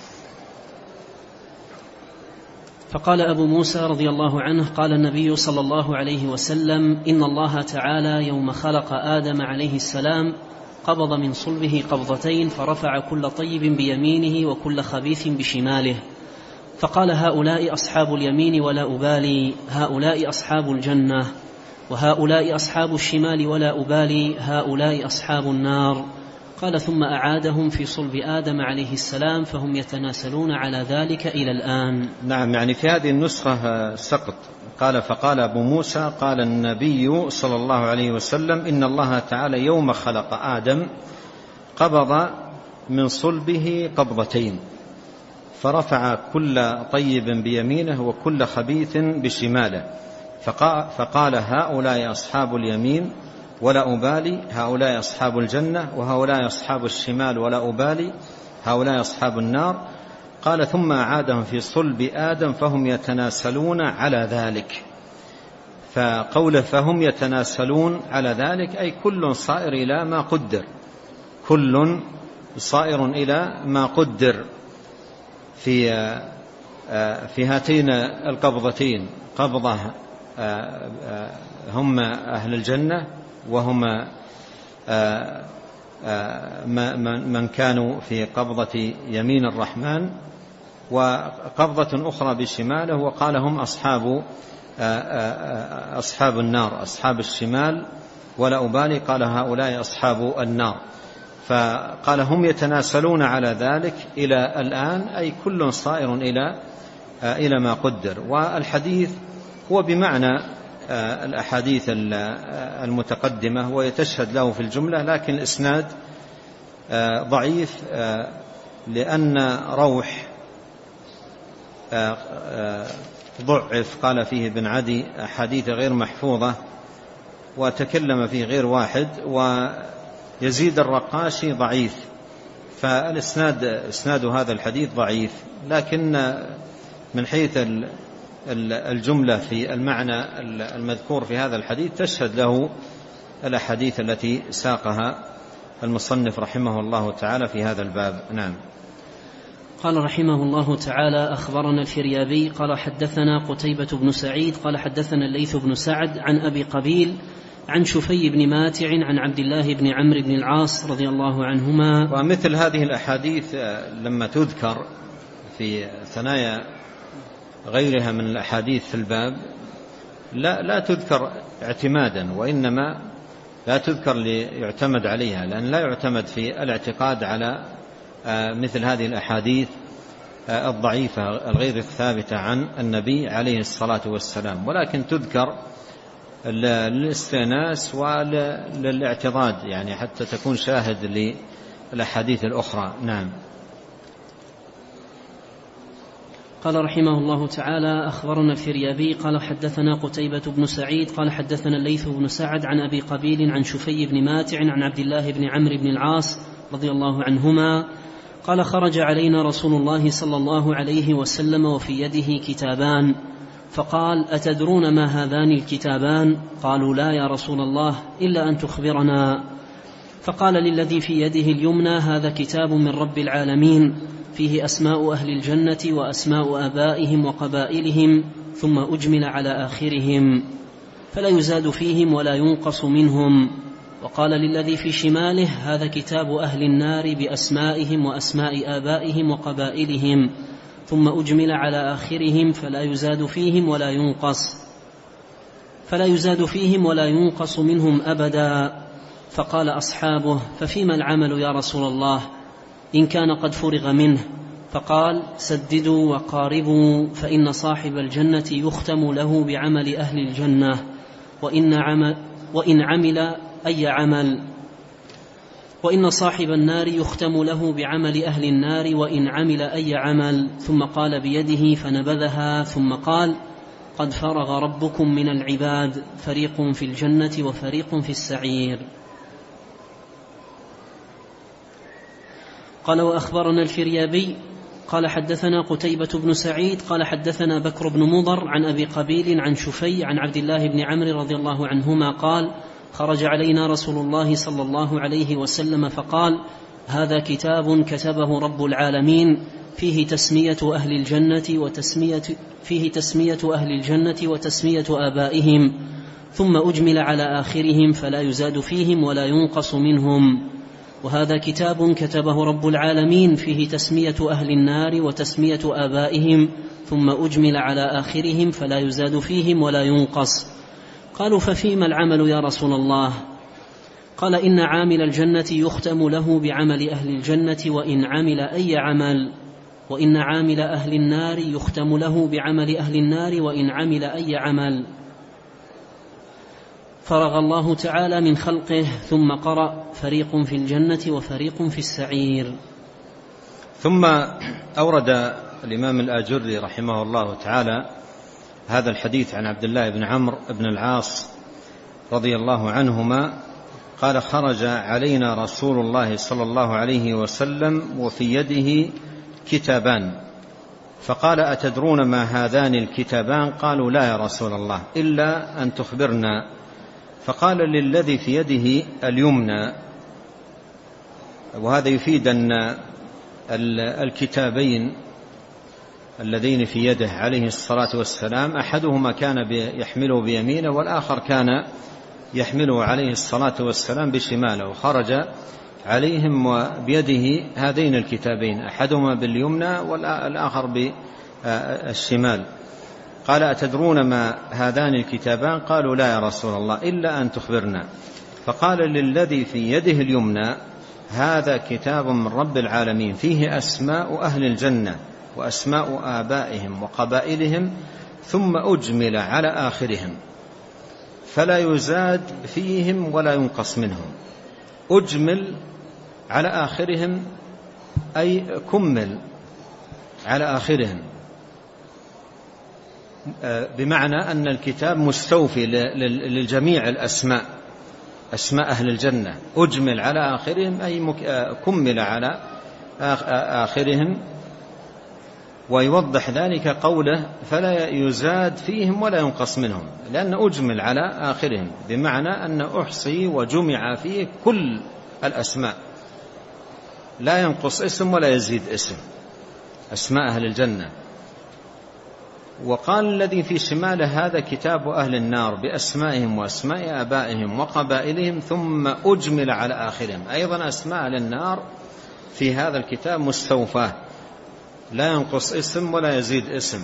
فقال أبو موسى رضي الله عنه قال النبي صلى الله عليه وسلم: إن الله تعالى يوم خلق آدم عليه السلام قبض من صلبه قبضتين فرفع كل طيب بيمينه وكل خبيث بشماله فقال: هؤلاء أصحاب اليمين ولا أبالي، هؤلاء أصحاب الجنة وهؤلاء أصحاب الشمال ولا أبالي، هؤلاء أصحاب النار. قال ثم أعادهم في صلب آدم عليه السلام فهم يتناسلون على ذلك إلى الآن. نعم، يعني في هذه النسخة سقط. قال فقال أبو موسى قال النبي صلى الله عليه وسلم إن الله تعالى يوم خلق آدم قبض من صلبه قبضتين فرفع كل طيب بيمينه وكل خبيث بشماله فقال هؤلاء أصحاب اليمين ولا أبالي، هؤلاء أصحاب الجنة، وهؤلاء أصحاب الشمال ولا أبالي، هؤلاء أصحاب النار. قال ثم أعادهم في صلب آدم فهم يتناسلون على ذلك. فقوله فهم يتناسلون على ذلك أي كل صائر إلى ما قدر، كل صائر إلى ما قدر في في هاتين القبضتين، قبضة هم أهل الجنة وهم من كانوا في قبضة يمين الرحمن، وقبضة أخرى بشماله، وقال هم أصحاب أصحاب النار، أصحاب الشمال ولا أبالي، قال هؤلاء أصحاب النار. فقال هم يتناسلون على ذلك إلى الآن أي كل صائر إلى إلى ما قدر. والحديث هو بمعنى الأحاديث المتقدمة ويتشهد له في الجملة، لكن الإسناد ضعيف لأن روح ضعف، قال فيه ابن عدي أحاديث غير محفوظة وتكلم فيه غير واحد، ويزيد الرقاشي ضعيف، فالإسناد إسناد هذا الحديث ضعيف. لكن من حيث الجملة في المعنى المذكور في هذا الحديث تشهد له الأحاديث التي ساقها المصنف رحمه الله تعالى في هذا الباب. نعم. قال رحمه الله تعالى أخبرنا الفريابي قال حدثنا قتيبة بن سعيد قال حدثنا الليث بن سعد عن أبي قبيل عن شفي بن ماتع عن عبد الله بن عمرو بن العاص رضي الله عنهما. ومثل هذه الأحاديث لما تذكر في ثنايا غيرها من الأحاديث في الباب لا, لا تذكر اعتمادا، وإنما لا تذكر ليعتمد عليها، لأن لا يعتمد في الاعتقاد على مثل هذه الأحاديث الضعيفة الغير الثابتة عن النبي عليه الصلاة والسلام، ولكن تذكر للاستئناس وللاعتضاد، يعني حتى تكون شاهد للأحاديث الأخرى. نعم. قال رحمه الله تعالى أخبرنا الفريابي قال حدثنا قتيبة بن سعيد قال حدثنا الليث بن سعد عن أبي قبيل عن شفي بن ماتع عن عبد الله بن عمرو بن العاص رضي الله عنهما قال خرج علينا رسول الله صلى الله عليه وسلم وفي يده كتابان فقال أتدرون ما هذان الكتابان؟ قالوا لا يا رسول الله إلا أن تخبرنا. فقال للذي في يده اليمنى هذا كتاب من رب العالمين فيه أسماء أهل الجنة وأسماء آبائهم وقبائلهم ثم أجمل على آخرهم فلا يزاد فيهم ولا ينقص منهم. وقال للذي في شماله هذا كتاب أهل النار بأسمائهم وأسماء آبائهم وقبائلهم ثم أجمل على آخرهم فلا يزاد فيهم ولا ينقص فلا يزاد فيهم ولا ينقص منهم أبدا. فقال أصحابه ففيما العمل يا رسول الله إن كان قد فرغ منه؟ فقال سددوا وقاربوا فإن صاحب الجنة يختم له بعمل أهل الجنة وإن عمل, وإن عمل أي عمل وإن صاحب النار يختم له بعمل أهل النار وإن عمل أي عمل. ثم قال بيده فنبذها ثم قال قد فرغ ربكم من العباد فريق في الجنة وفريق في السعير. قال وأخبرنا الفريابي قال حدثنا قتيبة بن سعيد قال حدثنا بكر بن مضر عن أبي قبيل عن شفي عن عبد الله بن عمرو رضي الله عنهما قال خرج علينا رسول الله صلى الله عليه وسلم فقال هذا كتاب كتبه رب العالمين فيه تسمية أهل الجنة وتسمية فيه تسمية أهل الجنة وتسمية آبائهم ثم أجمل على آخرهم فلا يزاد فيهم ولا ينقص منهم. وهذا كتاب كتبه رب العالمين فيه تسمية أهل النار وتسمية آبائهم ثم أجمل على آخرهم فلا يزاد فيهم ولا ينقص. قالوا ففيما العمل يا رسول الله؟ قال: إن عامل الجنة يختم له بعمل أهل الجنة وإن عمل أي عمل، وإن عامل أهل النار يختم له بعمل أهل النار وإن عمل أي عمل. فرغ الله تعالى من خلقه ثم قرأ: فريق في الجنة وفريق في السعير. ثم أورد الإمام الآجري رحمه الله تعالى هذا الحديث عن عبد الله بن عمرو بن العاص رضي الله عنهما قال: خرج علينا رسول الله صلى الله عليه وسلم وفي يده كتابان، فقال: أتدرون ما هذان الكتابان؟ قالوا: لا يا رسول الله، إلا أن تخبرنا. فقال: للذي في يده اليمنى. وهذا يفيد أن الكتابين اللذين في يده عليه الصلاة والسلام أحدهما كان يحمله بيمينه والآخر كان يحمله عليه الصلاة والسلام بشماله، وخرج عليهم وبيده هذين الكتابين، أحدهما باليمنى والآخر بالشمال. قال: أتدرون ما هذان الكتابان؟ قالوا: لا يا رسول الله، إلا أن تخبرنا. فقال: للذي في يده اليمنى: هذا كتاب من رب العالمين فيه أسماء أهل الجنة وأسماء آبائهم وقبائلهم ثم أجمل على آخرهم فلا يزاد فيهم ولا ينقص منهم. أجمل على آخرهم أي كمل على آخرهم، بمعنى أن الكتاب مستوفي للجميع الأسماء، أسماء أهل الجنة. أجمل على آخرهم أي كمل على آخرهم. ويوضح ذلك قوله: فلا يزاد فيهم ولا ينقص منهم، لأن أجمل على آخرهم بمعنى أن أحصي وجمع فيه كل الأسماء، لا ينقص اسم ولا يزيد اسم، أسماء أهل الجنة. وقال: الذي في شماله: هذا كتاب أهل النار بأسمائهم وأسماء آبائهم وقبائلهم ثم أجمل على آخرهم. أيضا أسماء أهل النار في هذا الكتاب مستوفاه، لا ينقص اسم ولا يزيد اسم،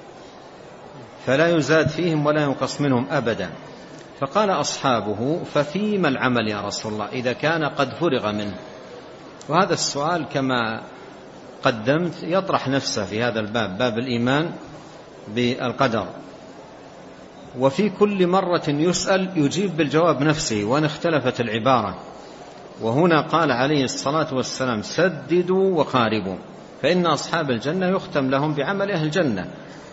فلا يزاد فيهم ولا ينقص منهم أبدا. فقال أصحابه: ففيما العمل يا رسول الله إذا كان قد فرغ منه؟ وهذا السؤال كما قدمت يطرح نفسه في هذا الباب، باب الإيمان بالقدر، وفي كل مرة يسأل يجيب بالجواب نفسه وإن اختلفت العبارة. وهنا قال عليه الصلاة والسلام: سددوا وقاربوا، فإن أصحاب الجنة يختم لهم بعمل أهل الجنة.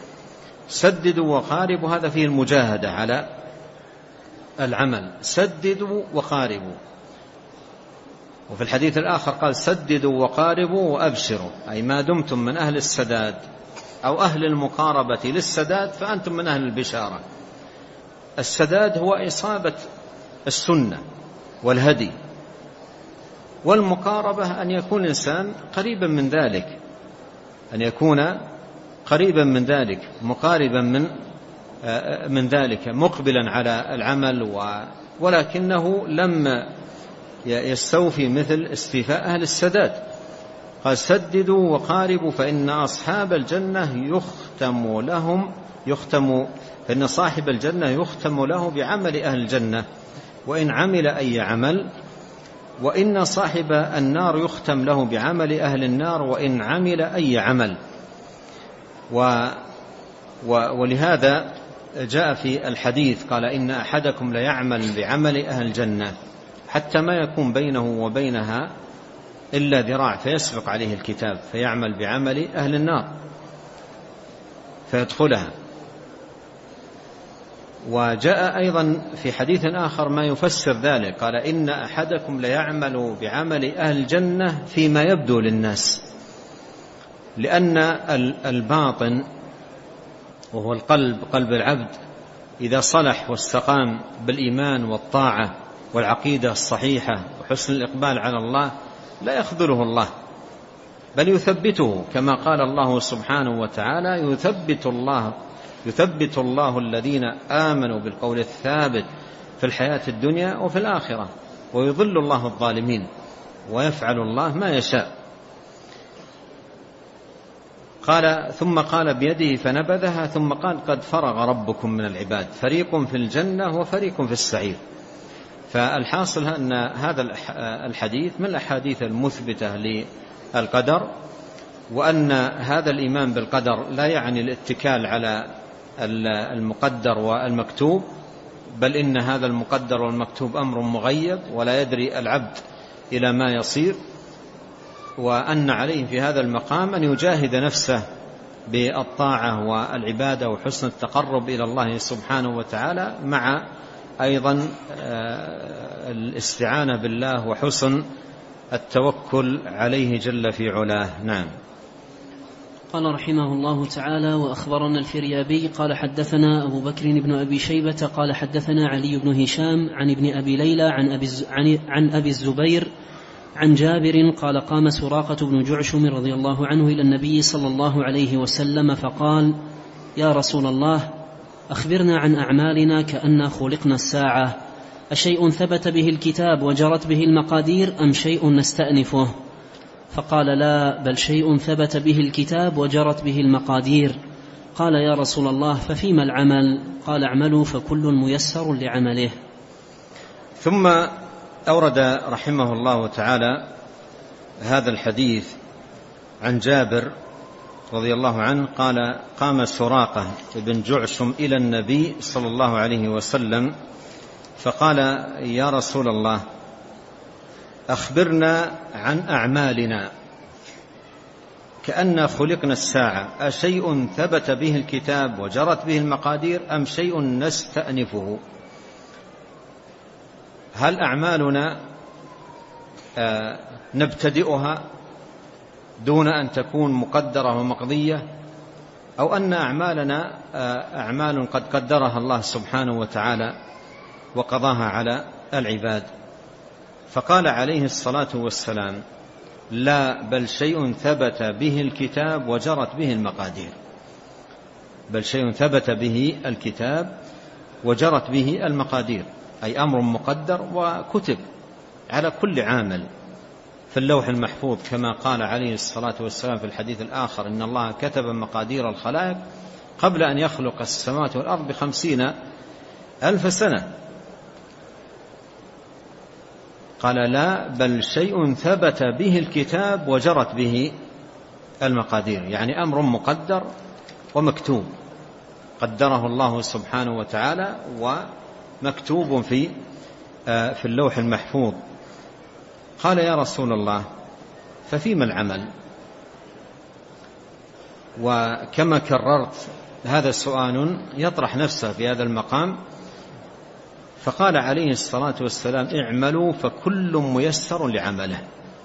سددوا وقاربوا هذا فيه المجاهدة على العمل، سددوا وقاربوا. وفي الحديث الآخر قال: سددوا وقاربوا وأبشروا، أي ما دمتم من أهل السداد أو أهل المقاربة للسداد فأنتم من أهل البشارة. السداد هو إصابة السنة والهدي، والمقاربة أن يكون الإنسان قريبا من ذلك، أن يكون قريبا من ذلك، مقاربا من من ذلك، مقبلا على العمل، ولكنه لم يستوفي مثل استيفاء أهل السداد. قال: سددوا وقاربوا فإن أصحاب الجنة يختم لهم يختم فإن صاحب الجنة يختم له بعمل أهل الجنة وإن عمل أي عمل، وإن صاحب النار يختم له بعمل أهل النار وإن عمل أي عمل. و ولهذا جاء في الحديث قال: إن أحدكم ليعمل بعمل أهل الجنة حتى ما يكون بينه وبينها إلا ذراع فيسبق عليه الكتاب فيعمل بعمل أهل النار فيدخلها. وجاء أيضا في حديث آخر ما يفسر ذلك، قال: إن أحدكم ليعمل بعمل أهل الجنة فيما يبدو للناس، لأن الباطن وهو القلب، قلب العبد، إذا صلح واستقام بالإيمان والطاعة والعقيدة الصحيحة وحسن الإقبال على الله لا يخذله الله بل يثبته، كما قال الله سبحانه وتعالى: يثبت الله يثبت الله الذين آمنوا بالقول الثابت في الحياة الدنيا وفي الآخرة ويضل الله الظالمين ويفعل الله ما يشاء. قال: ثم قال بيده فنبذها، ثم قال: قد فرغ ربكم من العباد، فريق في الجنة وفريق في السعير. فالحاصل أن هذا الحديث من الأحاديث المثبتة للقدر، وأن هذا الإيمان بالقدر لا يعني الاتكال على المقدر والمكتوب، بل إن هذا المقدر والمكتوب أمر مغيب ولا يدري العبد إلى ما يصير، وأن عليه في هذا المقام أن يجاهد نفسه بالطاعة والعبادة وحسن التقرب إلى الله سبحانه وتعالى، مع أيضا الاستعانة بالله وحسن التوكل عليه جل في علاه. نعم. قال رحمه الله تعالى: وأخبرنا الفريابي قال حدثنا أبو بكر بن أبي شيبة قال حدثنا علي بن هشام عن ابن أبي ليلى عن أبي, عن أبي الزبير عن جابر قال: قام سراقة بن جعشم رضي الله عنه إلى النبي صلى الله عليه وسلم فقال: يا رسول الله، أخبرنا عن أعمالنا كأننا خلقنا الساعة، أشيء ثبت به الكتاب وجرت به المقادير أم شيء نستأنفه؟ فقال: لا، بل شيء ثبت به الكتاب وجرت به المقادير. قال: يا رسول الله، ففيما العمل؟ قال: اعملوا فكل ميسر لعمله. ثم أورد رحمه الله تعالى هذا الحديث عن جابر رضي الله عنه قال: قام سراقة بن جعشم إلى النبي صلى الله عليه وسلم فقال: يا رسول الله، أخبرنا عن أعمالنا كأن خلقنا الساعة، أشيء ثبت به الكتاب وجرت به المقادير أم شيء نستأنفه؟ هل أعمالنا نبتدئها دون أن تكون مقدرة ومقضية، أو أن أعمالنا أعمال قد قدرها الله سبحانه وتعالى وقضاها على العباد؟ فقال عليه الصلاة والسلام: لا، بل شيء ثبت به الكتاب وجرت به المقادير. بل شيء ثبت به الكتاب وجرت به المقادير، أي أمر مقدر وكتب على كل عامل في اللوح المحفوظ، كما قال عليه الصلاة والسلام في الحديث الآخر: إن الله كتب مقادير الخلائق قبل أن يخلق السماوات والأرض بخمسين ألف سنة. قال: لا، بل شيء ثبت به الكتاب وجرت به المقادير، يعني أمر مقدر ومكتوب قدره الله سبحانه وتعالى ومكتوب في في اللوح المحفوظ. قال: يا رسول الله، ففيما العمل؟ وكما كررت هذا سؤال يطرح نفسه في هذا المقام، فقال عليه الصلاة والسلام: اعملوا فكل ميسر لعمله.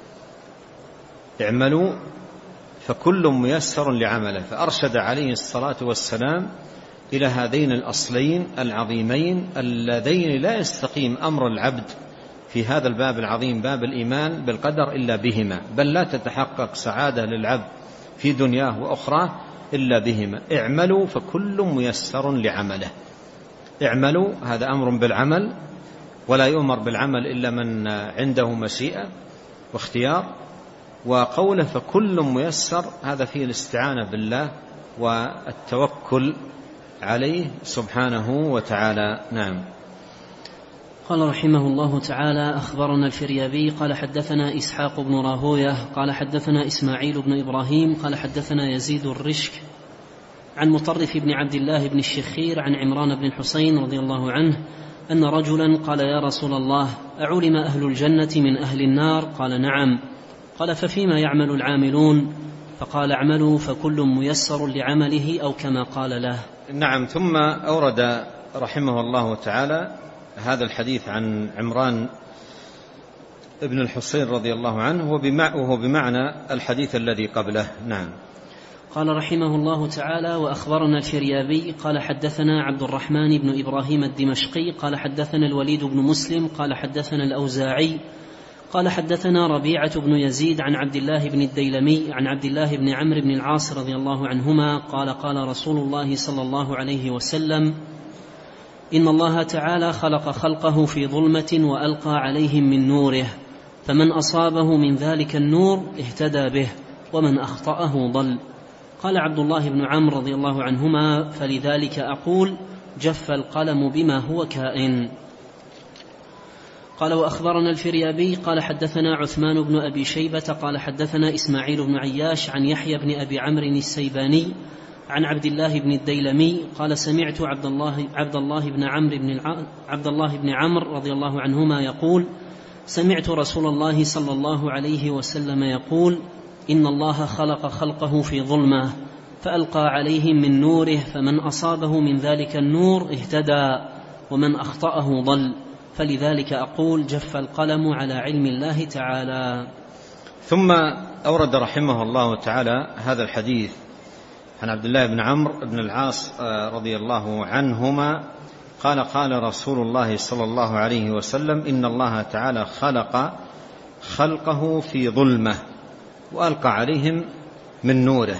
اعملوا فكل ميسر لعمله. فأرشد عليه الصلاة والسلام إلى هذين الأصلين العظيمين اللذين لا يستقيم أمر العبد في هذا الباب العظيم، باب الإيمان بالقدر، إلا بهما، بل لا تتحقق سعادة للعبد في دنياه وأخرى إلا بهما. اعملوا فكل ميسر لعمله. اعملوا هذا أمر بالعمل، ولا يؤمر بالعمل إلا من عنده مشيئة واختيار. وقوله فكل ميسر هذا فيه الاستعانة بالله والتوكل عليه سبحانه وتعالى. نعم. قال رحمه الله تعالى: أخبرنا الفريابي قال حدثنا إسحاق بن راهوية قال حدثنا إسماعيل بن إبراهيم قال حدثنا يزيد الرشك عن مطرف بن عبد الله بن الشخير عن عمران بن الحسين رضي الله عنه أن رجلا قال: يا رسول الله، أعلم أهل الجنة من أهل النار؟ قال: نعم. قال: ففيما يعمل العاملون؟ فقال: اعملوا فكل ميسر لعمله، أو كما قال له. نعم. ثم أورد رحمه الله تعالى هذا الحديث عن عمران ابن الحسين رضي الله عنه، وهو بمعنى الحديث الذي قبله. نعم. قال رحمه الله تعالى: وأخبرنا الفريابي قال حدثنا عبد الرحمن بن إبراهيم الدمشقي قال حدثنا الوليد بن مسلم قال حدثنا الأوزاعي قال حدثنا ربيعة بن يزيد عن عبد الله بن الديلمي عن عبد الله بن عمرو بن العاص رضي الله عنهما قال: قال رسول الله صلى الله عليه وسلم: إن الله تعالى خلق خلقه في ظلمة وألقى عليهم من نوره، فمن أصابه من ذلك النور اهتدى به، ومن أخطأه ضل. قال عبد الله بن عمرو رضي الله عنهما: فلذلك أقول: جف القلم بما هو كائن. قال وأخبرنا الفريابي قال حدثنا عثمان بن أبي شيبة قال حدثنا إسماعيل بن عياش عن يحيى بن أبي عمرو السيباني عن عبد الله بن الديلمي قال سمعت عبد الله عبد الله بن عمرو بن عبد الله بن عمرو رضي الله عنهما يقول سمعت رسول الله صلى الله عليه وسلم يقول إن الله خلق خلقه في ظلمة فألقى عليهم من نوره فمن أصابه من ذلك النور اهتدى ومن أخطأه ضل فلذلك أقول جف القلم على علم الله تعالى. ثم أورد رحمه الله تعالى هذا الحديث عن عبد الله بن عمرو بن العاص رضي الله عنهما قال قال رسول الله صلى الله عليه وسلم إن الله تعالى خلق خلقه في ظلمة وألقى عليهم من نوره.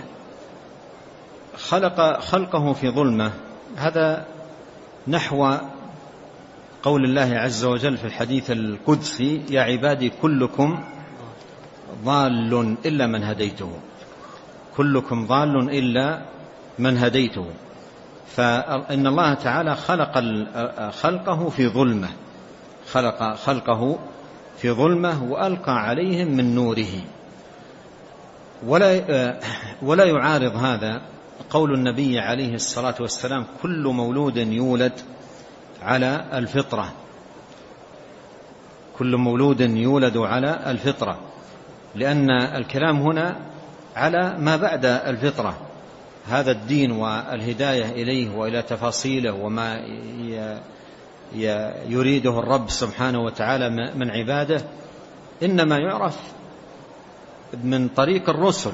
خلق خلقه في ظلمة هذا نحو قول الله عز وجل في الحديث القدسي يا عبادي كلكم ضال إلا من هديته كلكم ضال إلا من هديته. فإن الله تعالى خلق خلقه في ظلمة خلق خلقه في ظلمة وألقى عليهم من نوره. ولا ولا يعارض هذا قول النبي عليه الصلاة والسلام كل مولود يولد على الفطرة كل مولود يولد على الفطرة لأن الكلام هنا على ما بعد الفطرة هذا الدين والهداية إليه وإلى تفاصيله وما يريده الرب سبحانه وتعالى من عباده إنما يعرف من طريق الرسل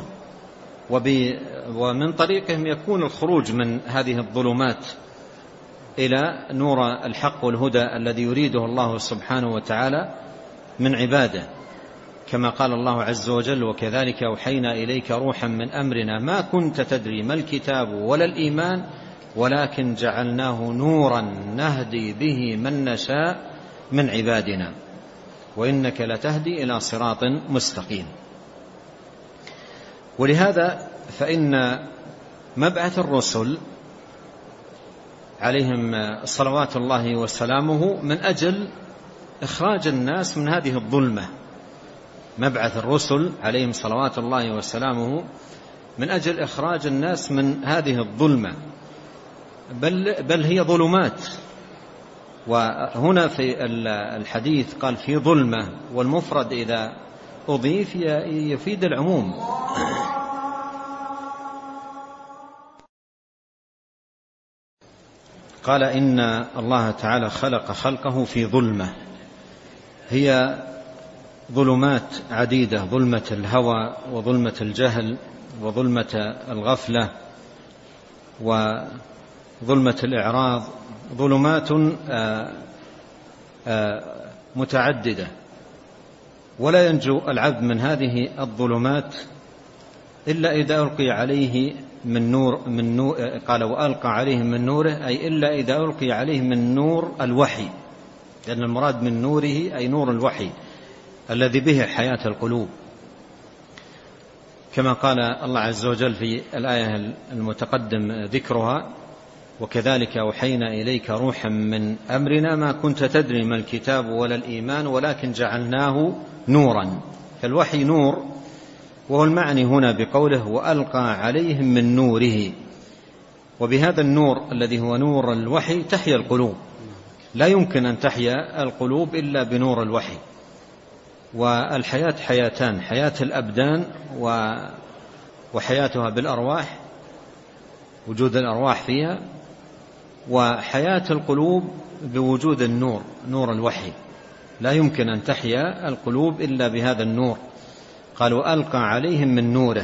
ومن طريقهم يكون الخروج من هذه الظلمات إلى نور الحق والهدى الذي يريده الله سبحانه وتعالى من عباده كما قال الله عز وجل وكذلك أوحينا إليك روحا من أمرنا ما كنت تدري ما الكتاب ولا الإيمان ولكن جعلناه نورا نهدي به من نشاء من عبادنا وإنك لتهدي إلى صراط مستقيم. ولهذا فإن مبعث الرسل عليهم صلوات الله وسلامه من أجل إخراج الناس من هذه الظلمة. مبعث الرسل عليهم صلوات الله وسلامه من أجل إخراج الناس من هذه الظلمة بل, بل هي ظلمات. وهنا في الحديث قال في ظلمة والمفرد إذا أضيف يفيد العموم. قال إن الله تعالى خلق خلقه في ظلمة هي ظلمات عديدة ظلمة الهوى وظلمة الجهل وظلمة الغفلة وظلمة الإعراض ظلمات متعددة ولا ينجو العبد من هذه الظلمات إلا إذا ألقي عليه من نور من نور قال وألقى عليه من نوره أي إلا إذا ألقي عليه من نور الوحي لأن المراد من نوره أي نور الوحي الذي به حياة القلوب كما قال الله عز وجل في الآية المتقدم ذكرها وكذلك أوحينا إليك روحا من أمرنا ما كنت تدري ما الكتاب ولا الإيمان ولكن جعلناه نورا. فالوحي نور وهو المعني هنا بقوله وألقى عليهم من نوره. وبهذا النور الذي هو نور الوحي تحيا القلوب لا يمكن أن تحيا القلوب إلا بنور الوحي. والحياة حياتان حياة الأبدان وحياتها بالأرواح وجود الأرواح فيها وحياة القلوب بوجود النور نور الوحي لا يمكن أن تحيا القلوب إلا بهذا النور. قالوا ألقى عليهم من نوره.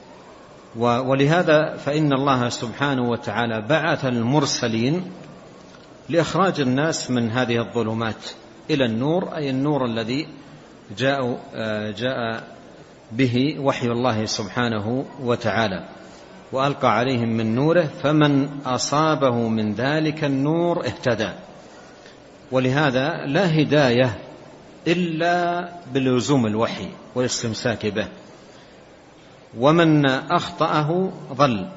ولهذا فإن الله سبحانه وتعالى بعث المرسلين لإخراج الناس من هذه الظلمات إلى النور أي النور الذي جاء, جاء به وحي الله سبحانه وتعالى. وألقى عليهم من نوره فمن أصابه من ذلك النور اهتدى. ولهذا لا هداية إلا بلزوم الوحي والاستمساك به ومن أخطأه ضل.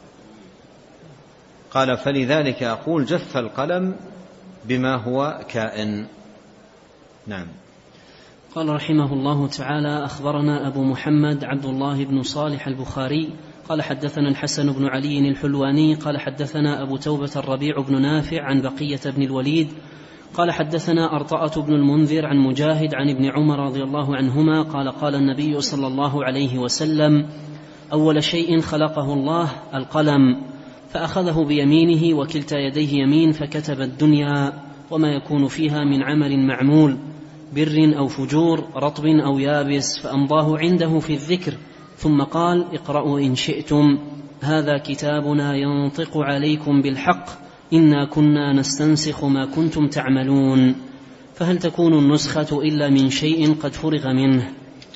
قال فلذلك أقول جف القلم بما هو كائن. نعم. قال رحمه الله تعالى: أخبرنا أبو محمد عبد الله بن صالح البخاري قال حدثنا الحسن بن علي الحلواني قال حدثنا أبو توبة الربيع بن نافع عن بقية بن الوليد قال حدثنا أرطأة بن المنذر عن مجاهد عن ابن عمر رضي الله عنهما قال قال النبي صلى الله عليه وسلم: أول شيء خلقه الله القلم، فأخذه بيمينه وكلتا يديه يمين، فكتب الدنيا وما يكون فيها من عمل معمول بر أو فجور رطب أو يابس، فأمضاه عنده في الذكر، ثم قال: اقرأوا إن شئتم، هذا كتابنا ينطق عليكم بالحق، إنا كنا نستنسخ ما كنتم تعملون، فهل تكون النسخة إلا من شيء قد فرغ منه؟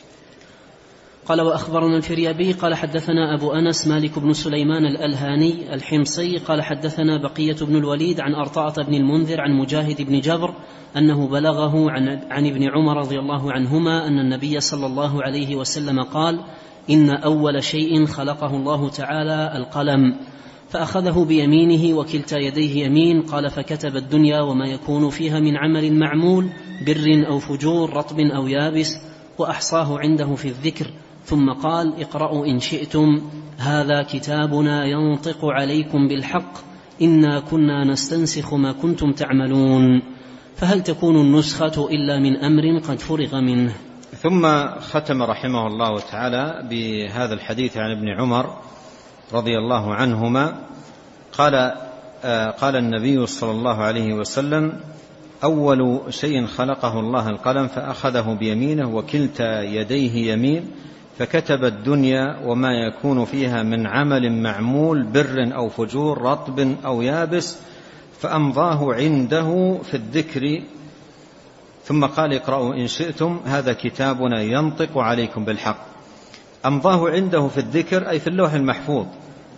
قال: وأخبرنا الفريابي قال حدثنا أبو أنس مالك بن سليمان الألهاني الحمصي قال حدثنا بقية بن الوليد عن أرطأة بن المنذر عن مجاهد بن جبر أنه بلغه عن, عن ابن عمر رضي الله عنهما أن النبي صلى الله عليه وسلم قال: إن أول شيء خلقه الله تعالى القلم، فأخذه بيمينه وكلتا يديه يمين، قال: فكتب الدنيا وما يكون فيها من عمل معمول بر أو فجور رطب أو يابس، وأحصاه عنده في الذكر، ثم قال: اقرأوا إن شئتم، هذا كتابنا ينطق عليكم بالحق، إنا كنا نستنسخ ما كنتم تعملون، فهل تكون النسخة إلا من أمر قد فرغ منه؟ ثم ختم رحمه الله تعالى بهذا الحديث عن ابن عمر رضي الله عنهما قال: قال النبي صلى الله عليه وسلم: أول شيء خلقه الله القلم، فأخذه بيمينه وكلتا يديه يمين، فكتب الدنيا وما يكون فيها من عمل معمول بر أو فجور رطب أو يابس، فأمضاه عنده في الذكر، ثم قال: اقرأوا إن شئتم، هذا كتابنا ينطق عليكم بالحق. أمضاه عنده في الذكر أي في اللوح المحفوظ،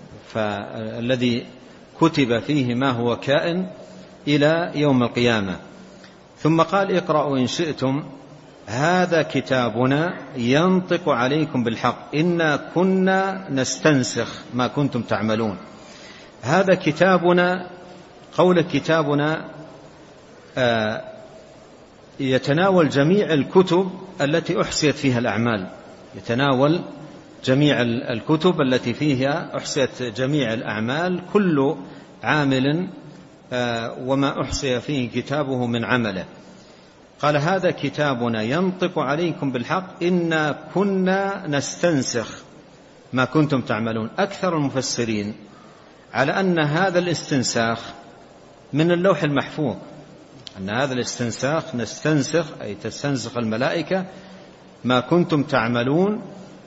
فالذي كتب فيه ما هو كائن إلى يوم القيامة. ثم قال: اقرأوا إن شئتم، هذا كتابنا ينطق عليكم بالحق، إنا كنا نستنسخ ما كنتم تعملون. هذا كتابنا، قول كتابنا آه يتناول جميع الكتب التي أحصيت فيها الأعمال، يتناول جميع الكتب التي فيها أحصيت جميع الأعمال، كل عامل آه وما أحصي فيه كتابه من عمله. قال: هذا كتابنا ينطق عليكم بالحق، إنا كنا نستنسخ ما كنتم تعملون. أكثر المفسرين على أن هذا الاستنساخ من اللوح المحفوظ، أن هذا الاستنساخ نستنسخ أي تستنسخ الملائكة ما كنتم تعملون،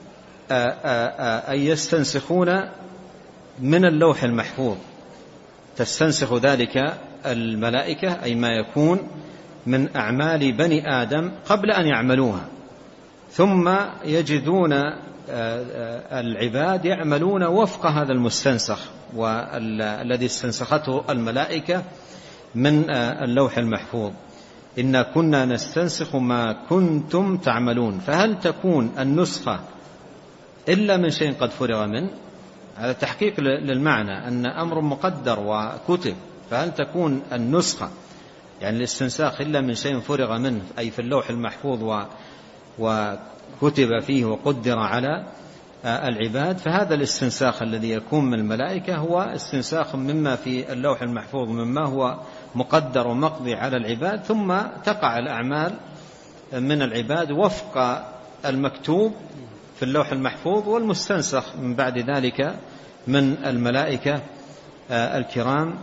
أي يستنسخون من اللوح المحفوظ، تستنسخ ذلك الملائكة أي ما يكون من أعمال بني آدم قبل أن يعملوها، ثم يجدون العباد يعملون وفق هذا المستنسخ والذي استنسخته الملائكة من اللوح المحفوظ. إنا كنا نستنسخ ما كنتم تعملون، فهل تكون النسخة إلا من شيء قد فرغ منه؟ هذا تحقيق للمعنى أن أمر مقدر وكتب، فهل تكون النسخة يعني الاستنساخ إلا من شيء فرغ منه أي في اللوح المحفوظ وكتب فيه وقدر على العباد؟ فهذا الاستنساخ الذي يكون من الملائكة هو استنساخ مما في اللوح المحفوظ مما هو مقدر ومقضي على العباد، ثم تقع الأعمال من العباد وفق المكتوب في اللوح المحفوظ والمستنسخ من بعد ذلك من الملائكة الكرام،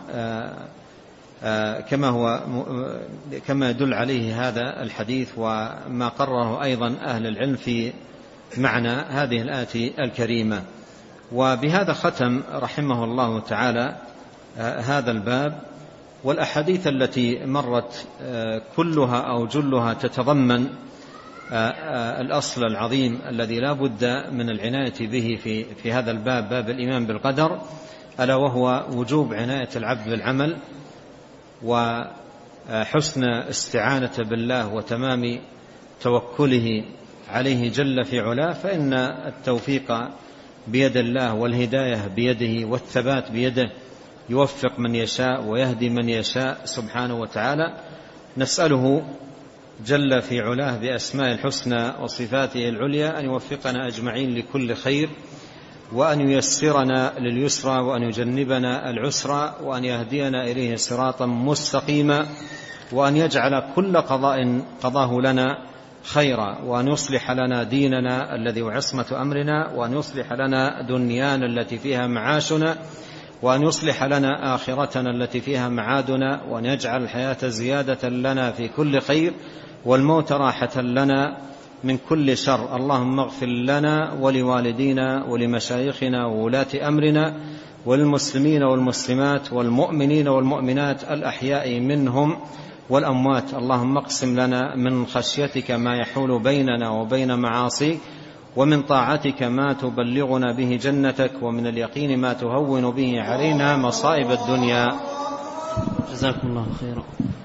كما هو كما يدل عليه هذا الحديث وما قرره أيضا أهل العلم في معنى هذه الآية الكريمة. وبهذا ختم رحمه الله تعالى هذا الباب، والأحاديث التي مرت كلها أو جلها تتضمن الأصل العظيم الذي لا بد من العناية به في في هذا الباب، باب الإيمان بالقدر، ألا وهو وجوب عناية العبد بالعمل وحسن استعانة بالله وتمام توكله عليه جل في علاه، فإن التوفيق بيد الله والهداية بيده والثبات بيده، يوفق من يشاء ويهدي من يشاء سبحانه وتعالى. نسأله جل في علاه بأسماء الحسنى وصفاته العليا أن يوفقنا أجمعين لكل خير، وأن ييسرنا لليسرى، وأن يجنبنا العسرى، وأن يهدينا إليه صراطا مستقيما، وأن يجعل كل قضاء قضاه لنا خيرا، وأن يصلح لنا ديننا الذي هو عصمة أمرنا، وأن يصلح لنا دنيانا التي فيها معاشنا، وأن يصلح لنا آخرتنا التي فيها معادنا، وأن يجعل الحياة زيادة لنا في كل خير والموت راحة لنا من كل شر. اللهم اغفر لنا ولوالدينا ولمشايخنا وولاة أمرنا والمسلمين والمسلمات والمؤمنين والمؤمنات الأحياء منهم والأموات. اللهم اقسم لنا من خشيتك ما يحول بيننا وبين معاصيك، ومن طاعتك ما تبلغنا به جنتك، ومن اليقين ما تهون به علينا مصائب الدنيا. جزاكم الله خيرا.